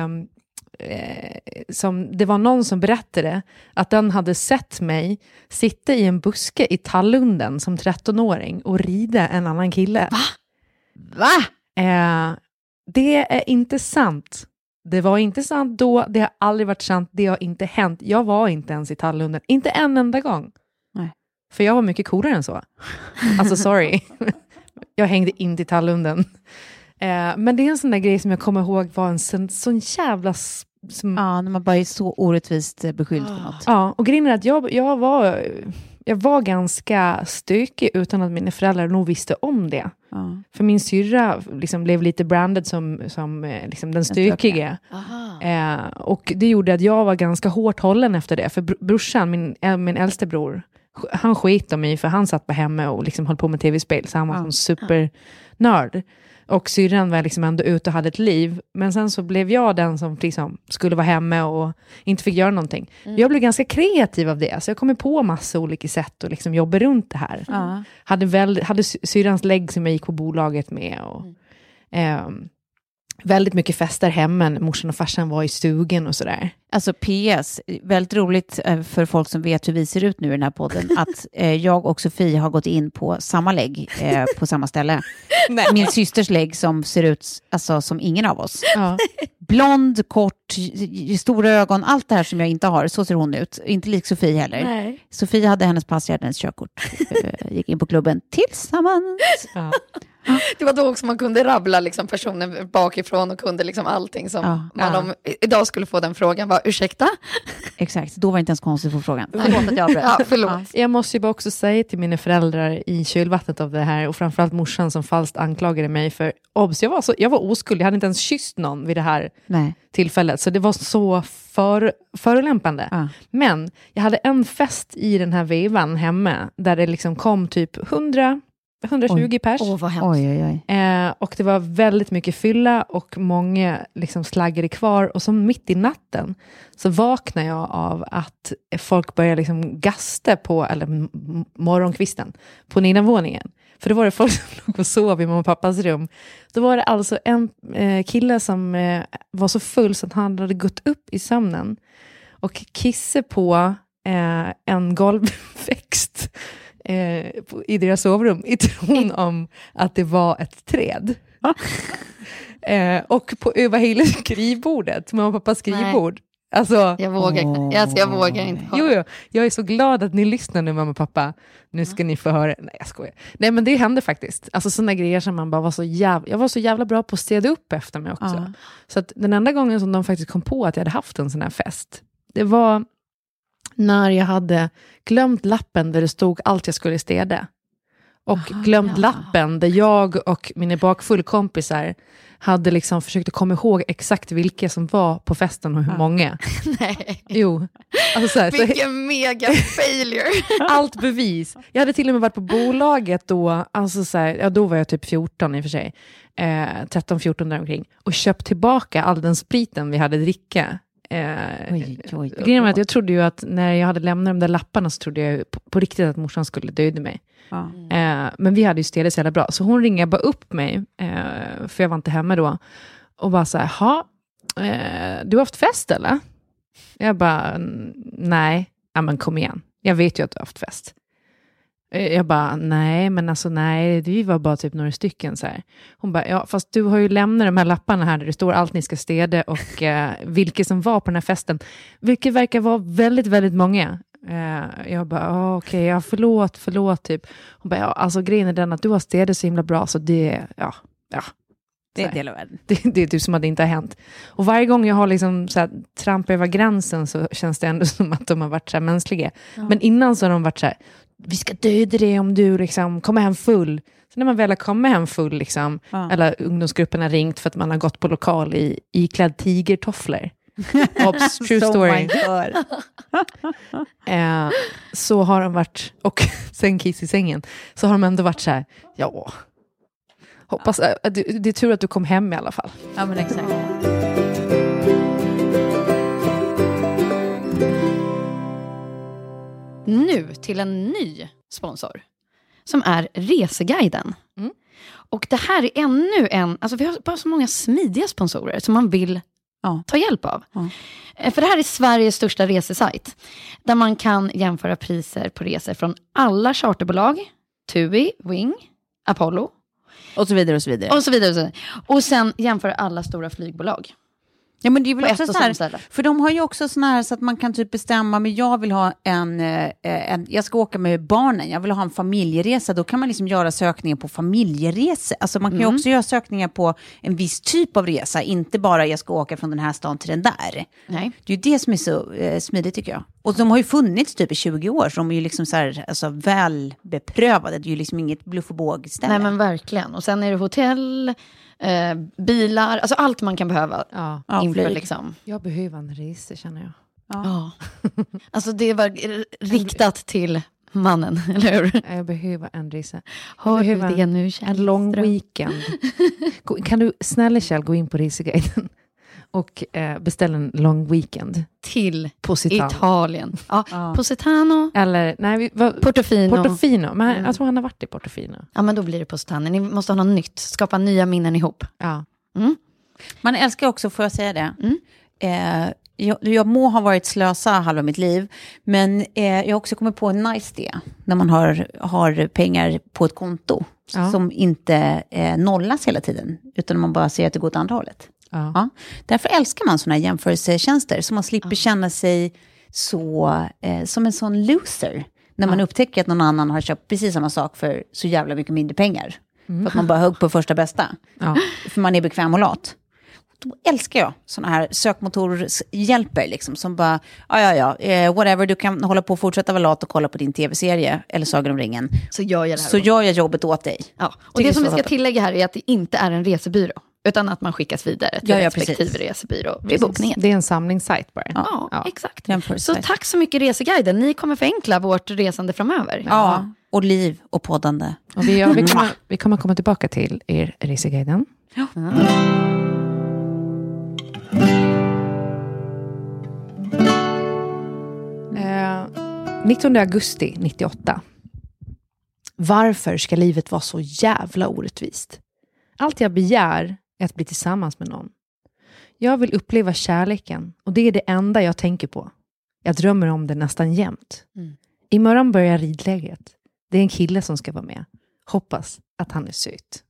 det var någon som berättade att den hade sett mig sitta i en buske i Tallunden som 13-åring och rida en annan kille. Va? Det är inte sant. Det var inte sant då. Det har aldrig varit sant. Det har inte hänt. Jag var inte ens i Tallunden. Inte en enda gång. Nej. För jag var mycket coolare än så. Alltså sorry. Jag hängde inte i Tallunden. Men det är en sån där grej som jag kommer ihåg var en sån jävla... när man bara är så orättvist beskylld för något. Ja, och grejen är att jag var ganska stökig utan att mina föräldrar nog visste om det. För min syrra liksom blev lite branded som liksom den stökiga. Och det gjorde att jag var ganska hårt hållen efter det. För brorsan, min äldste bror, han skit om mig för han satt på hemma och liksom höll på med tv-spel. Så han var som supernörd. Och syrran var liksom ändå ute och hade ett liv. Men sen så blev jag den som liksom skulle vara hemma och inte fick göra någonting. Jag blev ganska kreativ av det. Så jag kom på massa olika sätt och liksom jobba runt det här. Hade syrrans lägg som jag gick på bolaget med. Och, väldigt mycket fester hemma. Morsan och farsan var i stugan och sådär. Alltså PS, väldigt roligt för folk som vet hur vi ser ut nu i den här podden, att jag och Sofie har gått in på samma lägg på samma ställe. Min systers lägg som ser ut alltså, som ingen av oss. Ja. Blond, kort, stora ögon, allt det här som jag inte har, så ser hon ut. Inte lik Sofie heller. Nej. Sofie hade hennes pass, jag hade hennes körkort. Gick in på klubben tillsammans. Ja. Det var då också man kunde rabbla liksom personen bakifrån och kunde liksom allting som man om idag skulle få den frågan. Var, ursäkta? Exakt, då var det inte ens konstigt att få frågan. Förlåt att jag avbröt. Ja, förlåt. Jag måste ju bara också säga till mina föräldrar i kylvattnet av det här, och framförallt morsan som falskt anklagade mig för obs, jag var oskuld, jag hade inte ens kysst någon vid det här tillfället, så det var så förolämpande. Men jag hade en fest i den här vevan hemma där det liksom kom typ 120 pers. Vad hemskt. Och det var väldigt mycket fylla och många liksom slaggade kvar. Och så mitt i natten så vaknade jag av att folk började liksom gasta på, eller morgonkvisten, på nedervåningen. För då var det folk som låg och sov i mamma och pappas rum. Då var det alltså en kille som var så full så att han hade gått upp i sömnen och kissade på en golvväxt i deras sovrum i tron om att det var ett träd. Och över hela skrivbordet, mamma och pappas skrivbord. Alltså, jag vågar inte. Jo, jag är så glad att ni lyssnar nu, mamma och pappa. Nu ska ni få höra. Nej, jag skojar. Nej, men det hände faktiskt. Alltså sådana grejer som man bara var jag var så jävla bra på att städa upp efter mig också. Så att den enda gången som de faktiskt kom på att jag hade haft en sån här fest, det var när jag hade glömt lappen där det stod allt jag skulle städa. Och glömt lappen där jag och mina bakfullkompisar hade liksom försökt att komma ihåg exakt vilka som var på festen och hur många. Nej. Jo. Alltså så här, vilken mega failure. Allt bevis. Jag hade till och med varit på bolaget då, alltså så här, då var jag typ 14 i och för sig. 13-14 där omkring. Och köpt tillbaka all den spriten vi hade dricka. Grejen var att jag trodde ju att när jag hade lämnat de där lapparna så trodde jag på riktigt att morsan skulle döda mig. Men vi hade ju städat så jävla bra. Så hon ringade bara upp mig, för jag var inte hemma då, och bara så här, du har haft fest eller? Jag bara, nej. Ja, men kom igen. Jag vet ju att du har haft fest. Jag bara, nej, men alltså nej, vi var bara typ några stycken så här. Hon bara, ja, fast du har ju lämnat de här lapparna här där det står allt ni ska städa och vilka som var på den här festen. Vilket verkar vara väldigt, väldigt många. Jag bara, okej, ja, förlåt typ. Hon bara, ja, alltså grejen är den att du har städat så himla bra så det, ja. Det är en del av världen. Det är typ som att det inte har hänt. Och varje gång jag har liksom så här, tramp över gränsen så känns det ändå som att de har varit så här mänskliga. Men innan så har de varit så här, vi ska döda dig om du liksom kommer hem full. Så när man väl kommer hem full liksom, eller ungdomsgruppen har ringt för att man har gått på lokal i klädd tigertofflor. Ops, true story. Så har de varit, och sen kiss i sängen, så har de ändå varit så här, ja, hoppas, det är tur att du kom hem i alla fall. Ja, men exakt. Nu till en ny sponsor som är Reseguiden. Och det här är ännu en, alltså vi har bara så många smidiga sponsorer som man vill ta hjälp av. För det här är Sveriges största resesajt där man kan jämföra priser på resor från alla charterbolag, TUI, Wing, Apollo och så vidare och så vidare. Och så vidare. Och sen jämföra alla stora flygbolag. Ja, men det är väl också så här, ställe. för de har ju också såna här så att man kan typ bestämma, men jag vill ha en jag ska åka med barnen, jag vill ha en familjeresa, då kan man liksom göra sökningar på familjeresa. Alltså man kan ju också göra sökningar på en viss typ av resa, inte bara jag ska åka från den här stan till den där. Nej. Det är ju det som är så smidigt tycker jag. Och de har ju funnits typ i 20 år, så de är ju liksom så här, alltså väl beprövade. Det är ju liksom inget bluff och båg ställe. Nej, men verkligen. Och sen är det hotell, bilar, alltså allt man kan behöva inför liksom. Jag behöver en resa, känner jag. Ja. Alltså det var riktat till mannen, eller hur? Jag behöver en resa. Hör du det nu, en lång weekend. Kan du snälla Kjell gå in på Reseguiden och beställa en lång weekend till Positano. Italien. Ja, Positano. Eller nej, Portofino. Men jag tror han har varit i Portofino. Ja, men då blir det Positano. Ni måste ha något nytt. Skapa nya minnen ihop. Ja. Man älskar också, får jag säga det. Jag må ha varit slösa halva mitt liv, men jag har också kommit på en nice idé när man har pengar på ett konto som inte nollas hela tiden, utan man bara ser att det går åt andra hållet. Ja. Därför älskar man såna här jämförelsetjänster, så man slipper känna sig så som en sån loser när man upptäcker att någon annan har köpt precis samma sak för så jävla mycket mindre pengar. För att man bara högg på första bästa. För man är bekväm och lat. Då älskar jag såna här sökmotorshjälper liksom, som bara, whatever, du kan hålla på och fortsätta vara lat och kolla på din tv-serie eller Sagan om ringen. Så gör jag det här. Så gör jag jobbet åt dig. Ja. Och det som vi ska tillägga här är att det inte är en resebyrå, utan att man skickas vidare till respektive resebyrå vid bokningen. Det är en samlingssajt bara. Ja, exakt. Så tack så mycket Reseguiden. Ni kommer förenkla vårt resande framöver. Ja, och liv och poddande. Och vi kommer komma tillbaka till er Reseguiden. Ja. 19 augusti 98. Varför ska livet vara så jävla orättvist? Allt jag begär är att bli tillsammans med någon. Jag vill uppleva kärleken, och det är det enda jag tänker på. Jag drömmer om det nästan jämt. Imorgon börjar ridlägret. Det är en kille som ska vara med. Hoppas att han är söt.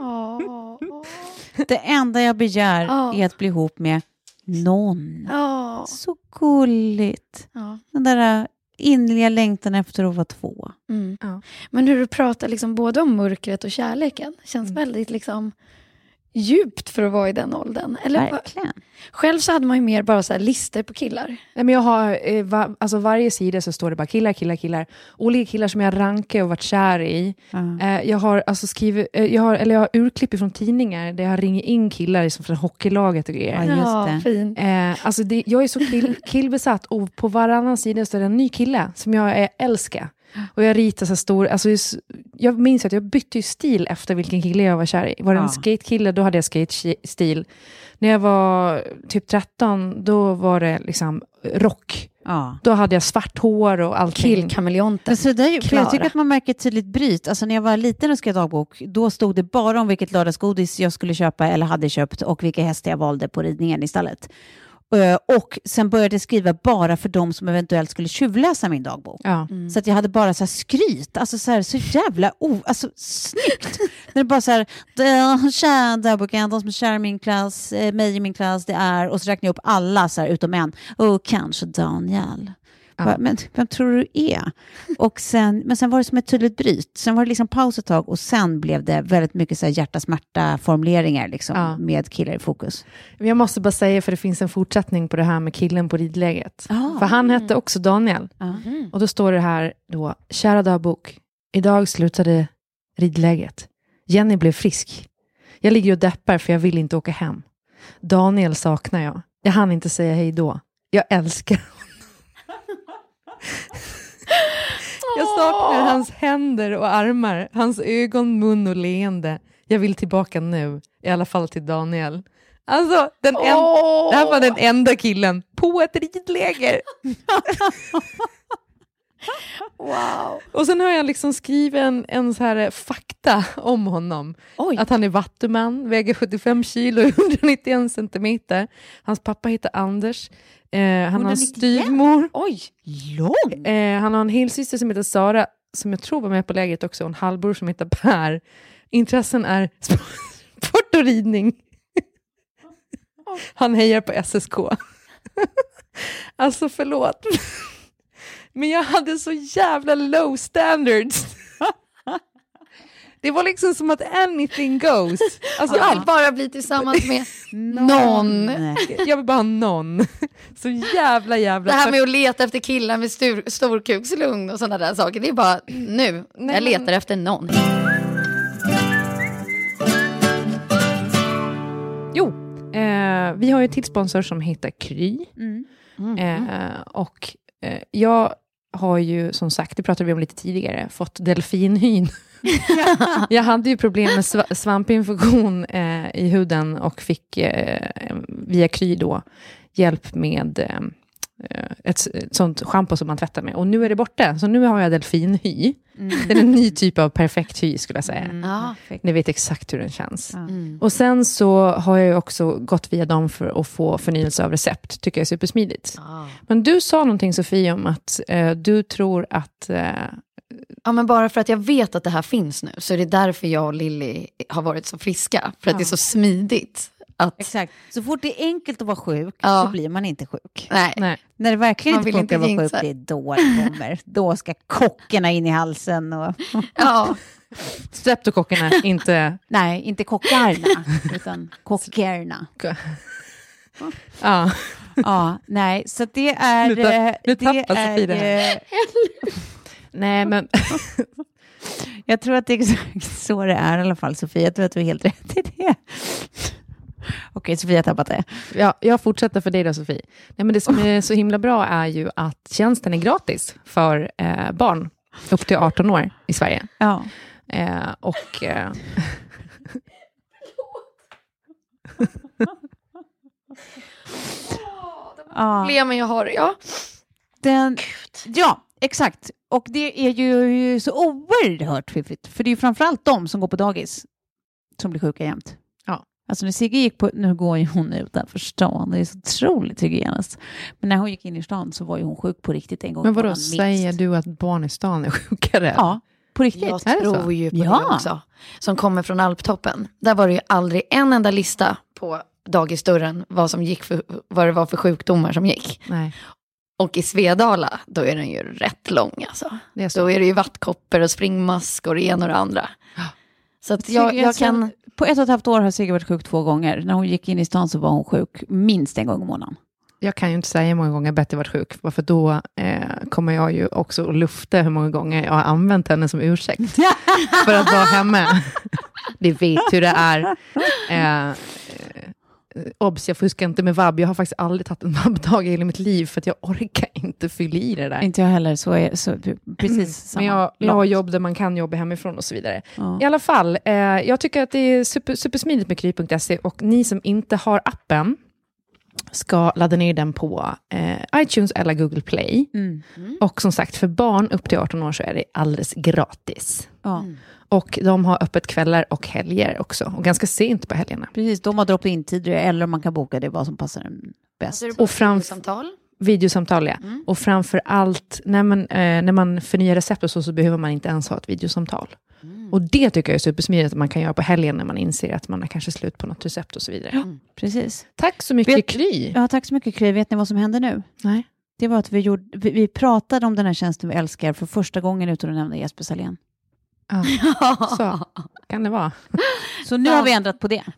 Det enda jag begär är att bli ihop med någon. Så gulligt. Den där innerliga längtan efter att vara två. Men hur du pratar liksom både om mörkret och kärleken känns väldigt liksom djupt för att vara i den åldern. Eller verkligen. Själv så hade man ju mer bara så här lister på killar. Nej, men jag har varje sida så står det bara killar. Olika killar som jag rankar och varit kär i. Jag har jag har urklipp från tidningar där jag ringer in killar liksom från hockeylaget och grejer. Ja, just det. Jag är så killbesatt, och på varannan sida står det en ny kille som jag älskar. Och jag ritar så stor, jag minns att jag bytte ju stil efter vilken kille jag var kär i. Var det en skatekille, då hade jag skate-stil. När jag var typ 13, då var det liksom rock. Då hade jag svart hår och allting. Killkameleonten. Jag tycker att man märker ett tydligt bryt. Alltså när jag var liten och skrev dagbok, då stod det bara om vilket lördagsgodis jag skulle köpa eller hade köpt, och vilka hästar jag valde på ridningen istället. Och sen började jag skriva bara för dem som eventuellt skulle tjuvläsa min dagbok. Så att jag hade bara så här skryt. Alltså så jävla snyggt. När det bara så här, dagboken, de som är kär i min klass, mig i min klass, det är, och så räknar jag upp alla så här, utom en. Och kanske Daniel. Men vem tror du är? Men sen var det som ett tydligt bryt. Sen var det liksom paus ett tag, och sen blev det väldigt mycket så här hjärta-smärta formuleringar liksom, med killar i fokus. Jag måste bara säga, för det finns en fortsättning på det här med killen på ridläget. För han hette också Daniel. Och då står det här då: kära dagbok, idag slutade ridläget. Jenny blev frisk. Jag ligger och deppar för jag vill inte åka hem. Daniel saknar jag. Jag hann inte säga hej då. Jag älskar. Jag saknar hans händer och armar, hans ögon, mun och leende. Jag vill tillbaka nu, i alla fall till Daniel. Alltså, det här var den enda killen på ett ridläger. Wow. Och sen har jag liksom skrivit en så här fakta om honom. Att han är vattuman, väger 75 kilo, 191 centimeter. Hans pappa heter Anders. Han har en styvmor. Lång. Han har en helsyster som heter Sara, som jag tror var med på lägret också, och en halvbror som heter Per. Intressen är sport och ridning. Han hejar på SSK. Alltså förlåt. Men jag hade så jävla low standards. Det var liksom som att anything goes. Alltså, jag vill bara bli tillsammans med någon. Jag vill bara ha någon. Så jävla. Det här med att leta efter killar med storkukslugn och sådana där saker. Det är bara nu. Jag letar efter någon. Jo, vi har ju till sponsor som heter Kry. Och jag har ju, som sagt, det pratade vi om lite tidigare, fått delfinhyn. Jag hade ju problem med svampinfektion i huden, och fick via Kry då hjälp med ett sånt shampoo som man tvättar med. Och nu är det borta. Så nu har jag delfinhy. Det är en ny typ av perfekt hy skulle jag säga. Ni vet exakt hur den känns. Och sen så har jag ju också gått via dem för att få förnyelse av recept. Tycker jag är supersmidigt. Men du sa någonting, Sofie, om att du tror att... Ja, men bara för att jag vet att det här finns nu, så är det därför jag och Lilly har varit så friska. För att det är så smidigt. Exakt. Så fort det är enkelt att vara sjuk så blir man inte sjuk. Nej. När det verkligen Man inte funkar att vara jinxa. sjuk, det är då det kommer. Då ska kockarna in i halsen. Och... Streptokockerna, inte... Nej, inte kockarna, utan kockarna. Ja, nej, så det är... Nu tappar Sofie det här. Nej, men... Jag tror att det är exakt så det är i alla fall, Sofia. Jag tror att du är helt rätt i det. Okej, Sofia har tappat det. Ja, jag fortsätter för dig då, Sofie. Nej, men det som är så himla bra är ju att tjänsten är gratis för barn upp till 18 år i Sverige. Ja. Och... Problemen jag har, Ja, exakt. Och det är ju så oerhört fiffigt. För det är ju framförallt de som går på dagis som blir sjuka jämt. Ja. Alltså när Sigge gick på, nu går ju hon utanför stan, det är så otroligt hygieniskt. Men när hon gick in i stan så var ju hon sjuk på riktigt en gång. Men vadå, säger du att barn i stan är sjukare? Ja, på riktigt. Jag tror ju på det också. Som kommer från Alptoppen. Där var det ju aldrig en enda lista på dagisdörren vad det var för sjukdomar som gick. Nej. Och i Svedala, då är den ju rätt lång alltså. Då är det ju vattkoppor och springmask och det ena och det andra. Så att jag kan... På 1,5 år har Sigge varit sjuk 2 gånger. När hon gick in i stan så var hon sjuk minst en gång i månaden. Jag kan ju inte säga hur många gånger Betty varit sjuk. För då kommer jag ju också att lufta hur många gånger jag har använt henne som ursäkt. För att vara hemma. Det vet hur det är. Obs, jag fuskar inte med vabb. Jag har faktiskt aldrig tagit en vabbdag i hela mitt liv för att jag orkar inte fylla i det där. Inte jag heller, så precis samma. Men jag har jobb där man kan jobba hemifrån och så vidare. I alla fall, jag tycker att det är supersmidigt med kry.se, och ni som inte har appen ska ladda ner den på iTunes eller Google Play. Och som sagt, för barn upp till 18 år så är det alldeles gratis. Och de har öppet kvällar och helger också. Och ganska sent på helgerna. Precis, de har drop-in tider eller man kan boka det vad som passar en bäst. Och videosamtal, ja. Och framför allt när man förnyar recept och så behöver man inte ens ha ett videosamtal. Och det tycker jag är supersmidigt att man kan göra på helgen när man inser att man är kanske slut på något recept och så vidare. Precis. Tack så mycket, Kry. Ja, tack så mycket, Kry. Vet ni vad som händer nu? Nej. Det var att vi pratade om den här tjänsten vi älskar för första gången utan att nämna Jesper Salén. Ja, så kan det vara. Så nu har vi ändrat på det.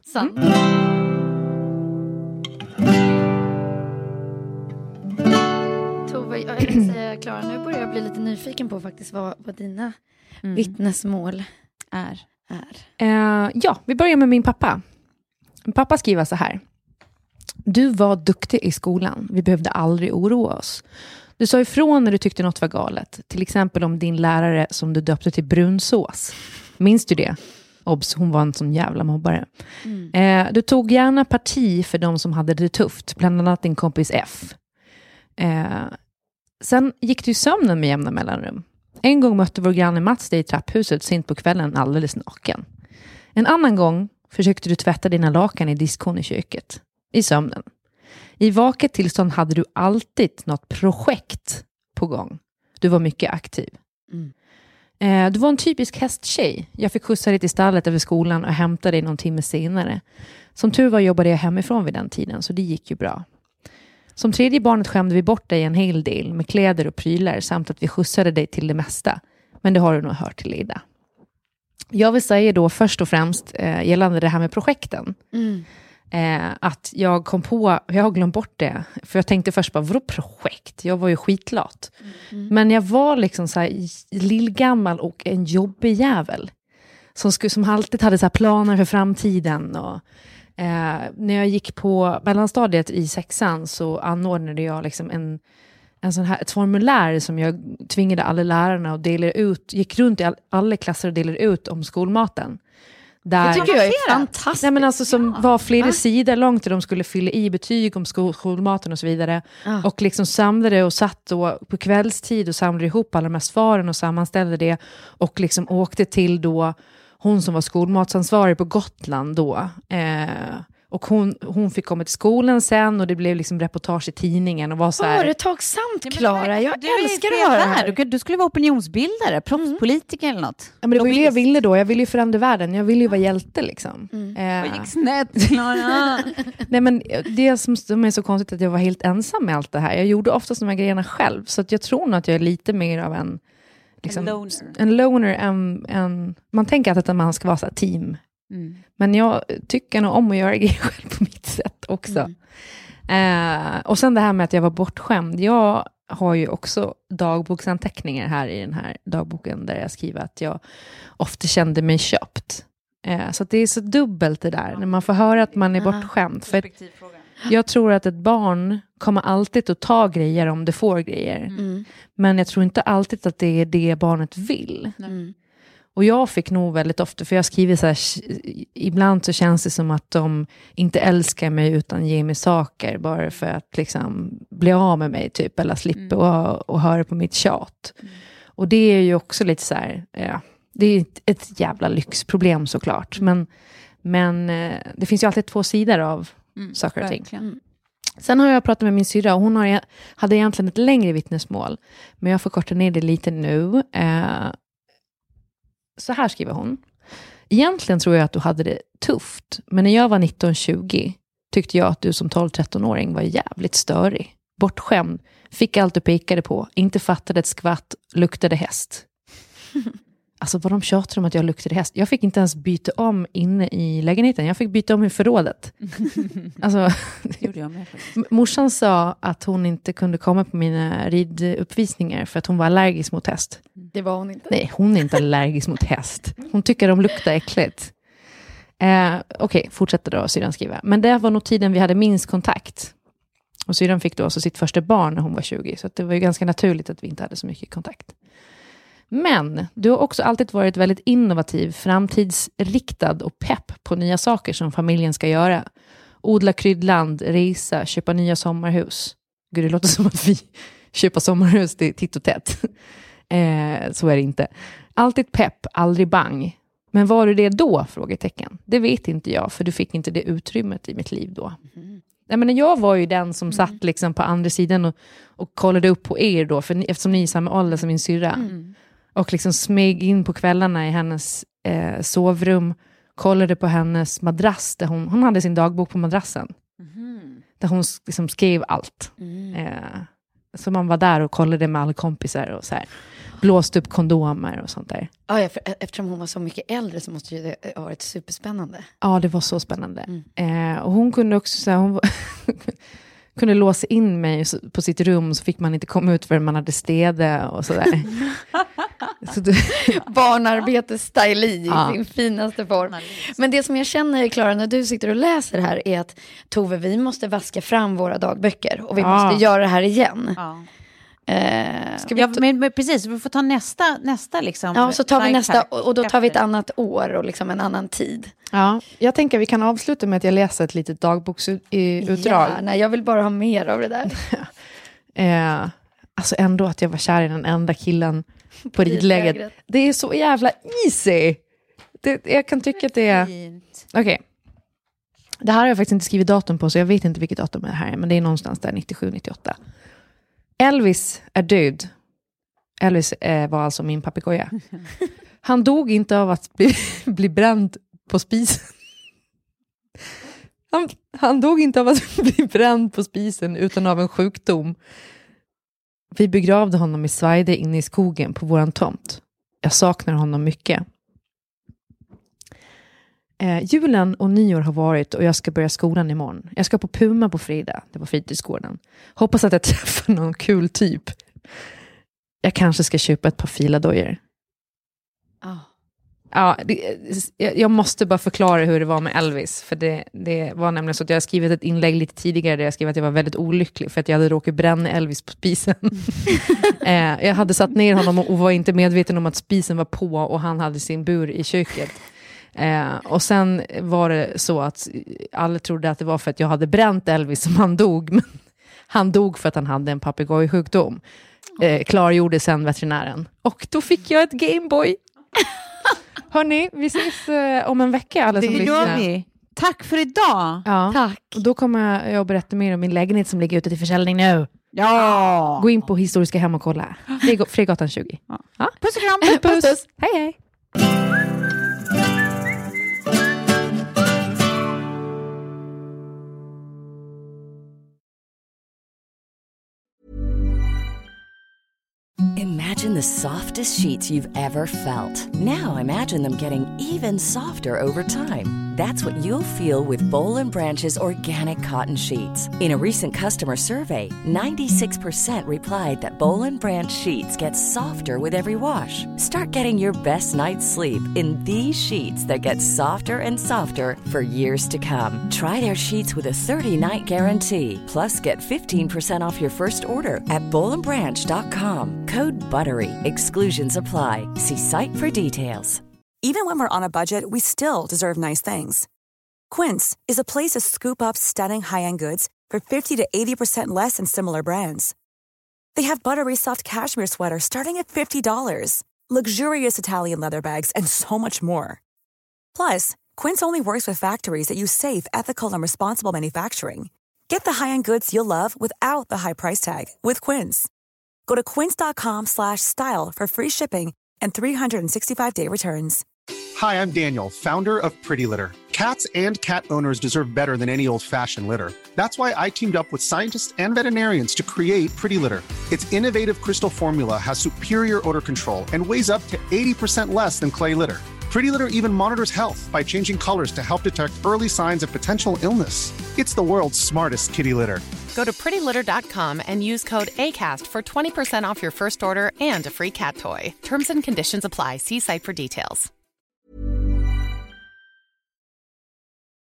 Tove, jag vill säga, Klara, nu börjar jag bli lite nyfiken på faktiskt vad dina vittnesmål är. Ja, vi börjar med min pappa. Min pappa skriver så här. Du var duktig i skolan. Vi behövde aldrig oroa oss. Du sa ifrån när du tyckte något var galet. Till exempel om din lärare som du döpte till brunsås. Minns du det? Obs, hon var en sån jävla mobbare. Du tog gärna parti för de som hade det tufft. Bland annat din kompis F. Sen gick du i sömnen med jämna mellanrum. En gång mötte vår granne Mats dig i trapphuset sent på kvällen alldeles naken. En annan gång försökte du tvätta dina lakan i diskon i köket. I sömnen. I vaket tillstånd hade du alltid något projekt på gång. Du var mycket aktiv. Du var en typisk hästtjej. Jag fick skjutsa dig till stallet över skolan och hämta dig någon timme senare. Som tur var jobbade jag hemifrån vid den tiden, så det gick ju bra. Som tredje barnet skämde vi bort dig en hel del med kläder och prylar samt att vi skjutsade dig till det mesta. Men det har du nog hört till Ida. Jag vill säga då först och främst gällande det här med projekten. Att jag kom på, jag har glömt bort det. För jag tänkte först bara, vadå projekt? Jag var ju skitlat. Men jag var liksom så här lillgammal och en jobbig jävel. Som alltid hade så här planer för framtiden. Och när jag gick på mellanstadiet i 6:an så anordnade jag liksom en sån här, ett formulär som jag tvingade alla lärarna att dela ut. Gick runt i alla klasser och delade ut om skolmaten. Där, det tycker jag är fantastiskt. Nej, men alltså, som var flera sidor långt där de skulle fylla i betyg om skolmaten och så vidare. Och liksom samlade och satt då på kvällstid och samlade ihop alla de här svaren och sammanställde det. Och liksom åkte till då hon som var skolmatsansvarig på Gotland då. Och hon fick komma till skolan sen och det blev liksom reportage i tidningen och var så här... Företagsamt, Klara. Jag älskar att höra det här. Du skulle vara opinionsbildare, proffspolitiker eller något. Ja, men det var ju det jag ville då. Jag ville ju förändra världen. Jag ville ju vara hjälte liksom. Vad gick snett, Klara? Nej, men det som är så konstigt att jag var helt ensam med allt det här. Jag gjorde oftast de här grejerna själv. Så att jag tror nog att jag är lite mer av en... Liksom, en loner än man tänker att man ska vara så här team. Men jag tycker nog om att göra grejer själv på mitt sätt också. Och sen det här med att jag var bortskämd. Jag har ju också dagboksanteckningar här i den här dagboken där jag skriver att jag ofta kände mig köpt. Så att det är så dubbelt det där. När man får höra att man är bortskämd. För jag tror att ett barn kommer alltid att ta grejer om det får grejer. Men jag tror inte alltid att det är det barnet vill. Och jag fick nog väldigt ofta, för jag skriver så här, ibland så känns det som att de inte älskar mig utan ger mig saker bara för att liksom bli av med mig typ, eller slippa och höra på mitt tjat. Och det är ju också lite så här, det är ett jävla lyxproblem såklart, men det finns ju alltid två sidor av saker och ting. Sen har jag pratat med min syrra och hon hade egentligen ett längre vittnesmål, men jag får korta ner det lite nu. Så här skriver hon. Egentligen tror jag att du hade det tufft. Men när jag var 19-20 tyckte jag att du som 12-13-åring var jävligt störig. Bortskämd. Fick allt du pekade på. Inte fattade ett skvatt. Luktade häst. Alltså vad de tjatar om att jag luktade häst. Jag fick inte ens byta om inne i lägenheten. Jag fick byta om i förrådet. Alltså, gjorde jag med faktiskt. Morsan sa att hon inte kunde komma på mina riduppvisningar för att hon var allergisk mot häst. Det var hon inte. Nej, hon är inte allergisk mot häst. Hon tycker de luktar äckligt. Okej, fortsätter då syrran skriva. Men det var nog tiden vi hade minst kontakt. Och syrran fick då alltså sitt första barn när hon var 20. Så att det var ju ganska naturligt att vi inte hade så mycket kontakt. Men du har också alltid varit väldigt innovativ, framtidsriktad och pepp på nya saker som familjen ska göra. Odla kryddland, resa, köpa nya sommarhus. Gud, det låter som att vi köper sommarhus titt och tätt. Så är det inte. Alltid pepp, aldrig bang. Men var du det då? Frågetecken. Det vet inte jag, för du fick inte det utrymmet i mitt liv då. Nej, men jag var ju den som satt liksom på andra sidan och kollade upp på er då, för eftersom ni är samma ålder som min syrra. Och liksom smeg in på kvällarna i hennes sovrum, kollade på hennes madrass där hon hade sin dagbok på madrassen. Där hon liksom skrev allt. Så man var där och kollade med alla kompisar och så här. Blåste upp kondomer och sånt där. Ja, eftersom hon var så mycket äldre så måste det ha varit superspännande. Ja, det var så spännande. Och hon kunde också så här, hon kunde låsa in mig på sitt rum, så fick man inte komma ut förrän man hade städat och sådär. Barnarbete-style i sin finaste form. Men det som jag känner, Klara, när du sitter och läser här är att Tove, vi måste vaska fram våra dagböcker och vi måste göra det här igen. Men precis, vi får ta nästa liksom. Ja, så tar vi nästa och då tar vi ett annat år och liksom en annan tid. Ja, jag tänker att vi kan avsluta med att jag läser ett litet dagboksutdrag. Nej, jag vill bara ha mer av det där. Alltså ändå att jag var kär i den enda killen på ridläget. Det är så jävla easy. Jag kan tycka att det är... Okej. Det här har jag faktiskt inte skrivit datum på, så jag vet inte vilket datum det här är. Men det är någonstans där 97-98. Elvis är död. Elvis var alltså min papegoja. Han dog inte av att bli bränd på spisen. Han dog inte av att bli bränd på spisen utan av en sjukdom. Vi begravde honom i Svajde inne i skogen på våran tomt. Jag saknar honom mycket. Julen och nyår har varit och jag ska börja skolan imorgon. Jag ska på Puma på fredag. Det var fritidsgården. Hoppas att jag träffar någon kul typ. Jag kanske ska köpa ett par filadojor. Ja, jag måste bara förklara hur det var med Elvis. För det var nämligen så att jag har skrivit ett inlägg lite tidigare där jag skrev att jag var väldigt olycklig för att jag hade råkat bränna Elvis på spisen. Jag hade satt ner honom och var inte medveten om att spisen var på och han hade sin bur i köket. Och sen var det så att alla trodde att det var för att jag hade bränt Elvis som han dog. Men han dog för att han hade en papegojsjukdom. Klargjorde sen veterinären. Och då fick jag ett Gameboy. Hörni, vi ses om en vecka. Alla som gör vi. Tack för idag. Ja. Tack. Och då kommer jag att berätta mer om min lägenhet som ligger ute till försäljning nu. Ja. Gå in på Historiska Hem och kolla. Fregatan 20. Ja. Puss och kram. Puss. Hej hej. Imagine the softest sheets you've ever felt. Now imagine them getting even softer over time. That's what you'll feel with Boll & Branch's organic cotton sheets. In a recent customer survey, 96% replied that Boll & Branch sheets get softer with every wash. Start getting your best night's sleep in these sheets that get softer and softer for years to come. Try their sheets with a 30-night guarantee. Plus, get 15% off your first order at bollandbranch.com. Code BUTTERY. Exclusions apply. See site for details. Even when we're on a budget, we still deserve nice things. Quince is a place to scoop up stunning high-end goods for 50 to 80% less than similar brands. They have buttery soft cashmere sweaters starting at $50, luxurious Italian leather bags, and so much more. Plus, Quince only works with factories that use safe, ethical, and responsible manufacturing. Get the high-end goods you'll love without the high price tag with Quince. Go to quince.com/style for free shipping and 365-day returns. Hi, I'm Daniel, founder of Pretty Litter. Cats and cat owners deserve better than any old-fashioned litter. That's why I teamed up with scientists and veterinarians to create Pretty Litter. Its innovative crystal formula has superior odor control and weighs up to 80% less than clay litter. Pretty Litter even monitors health by changing colors to help detect early signs of potential illness. It's the world's smartest kitty litter. Go to prettylitter.com and use code ACAST for 20% off your first order and a free cat toy. Terms and conditions apply. See site for details.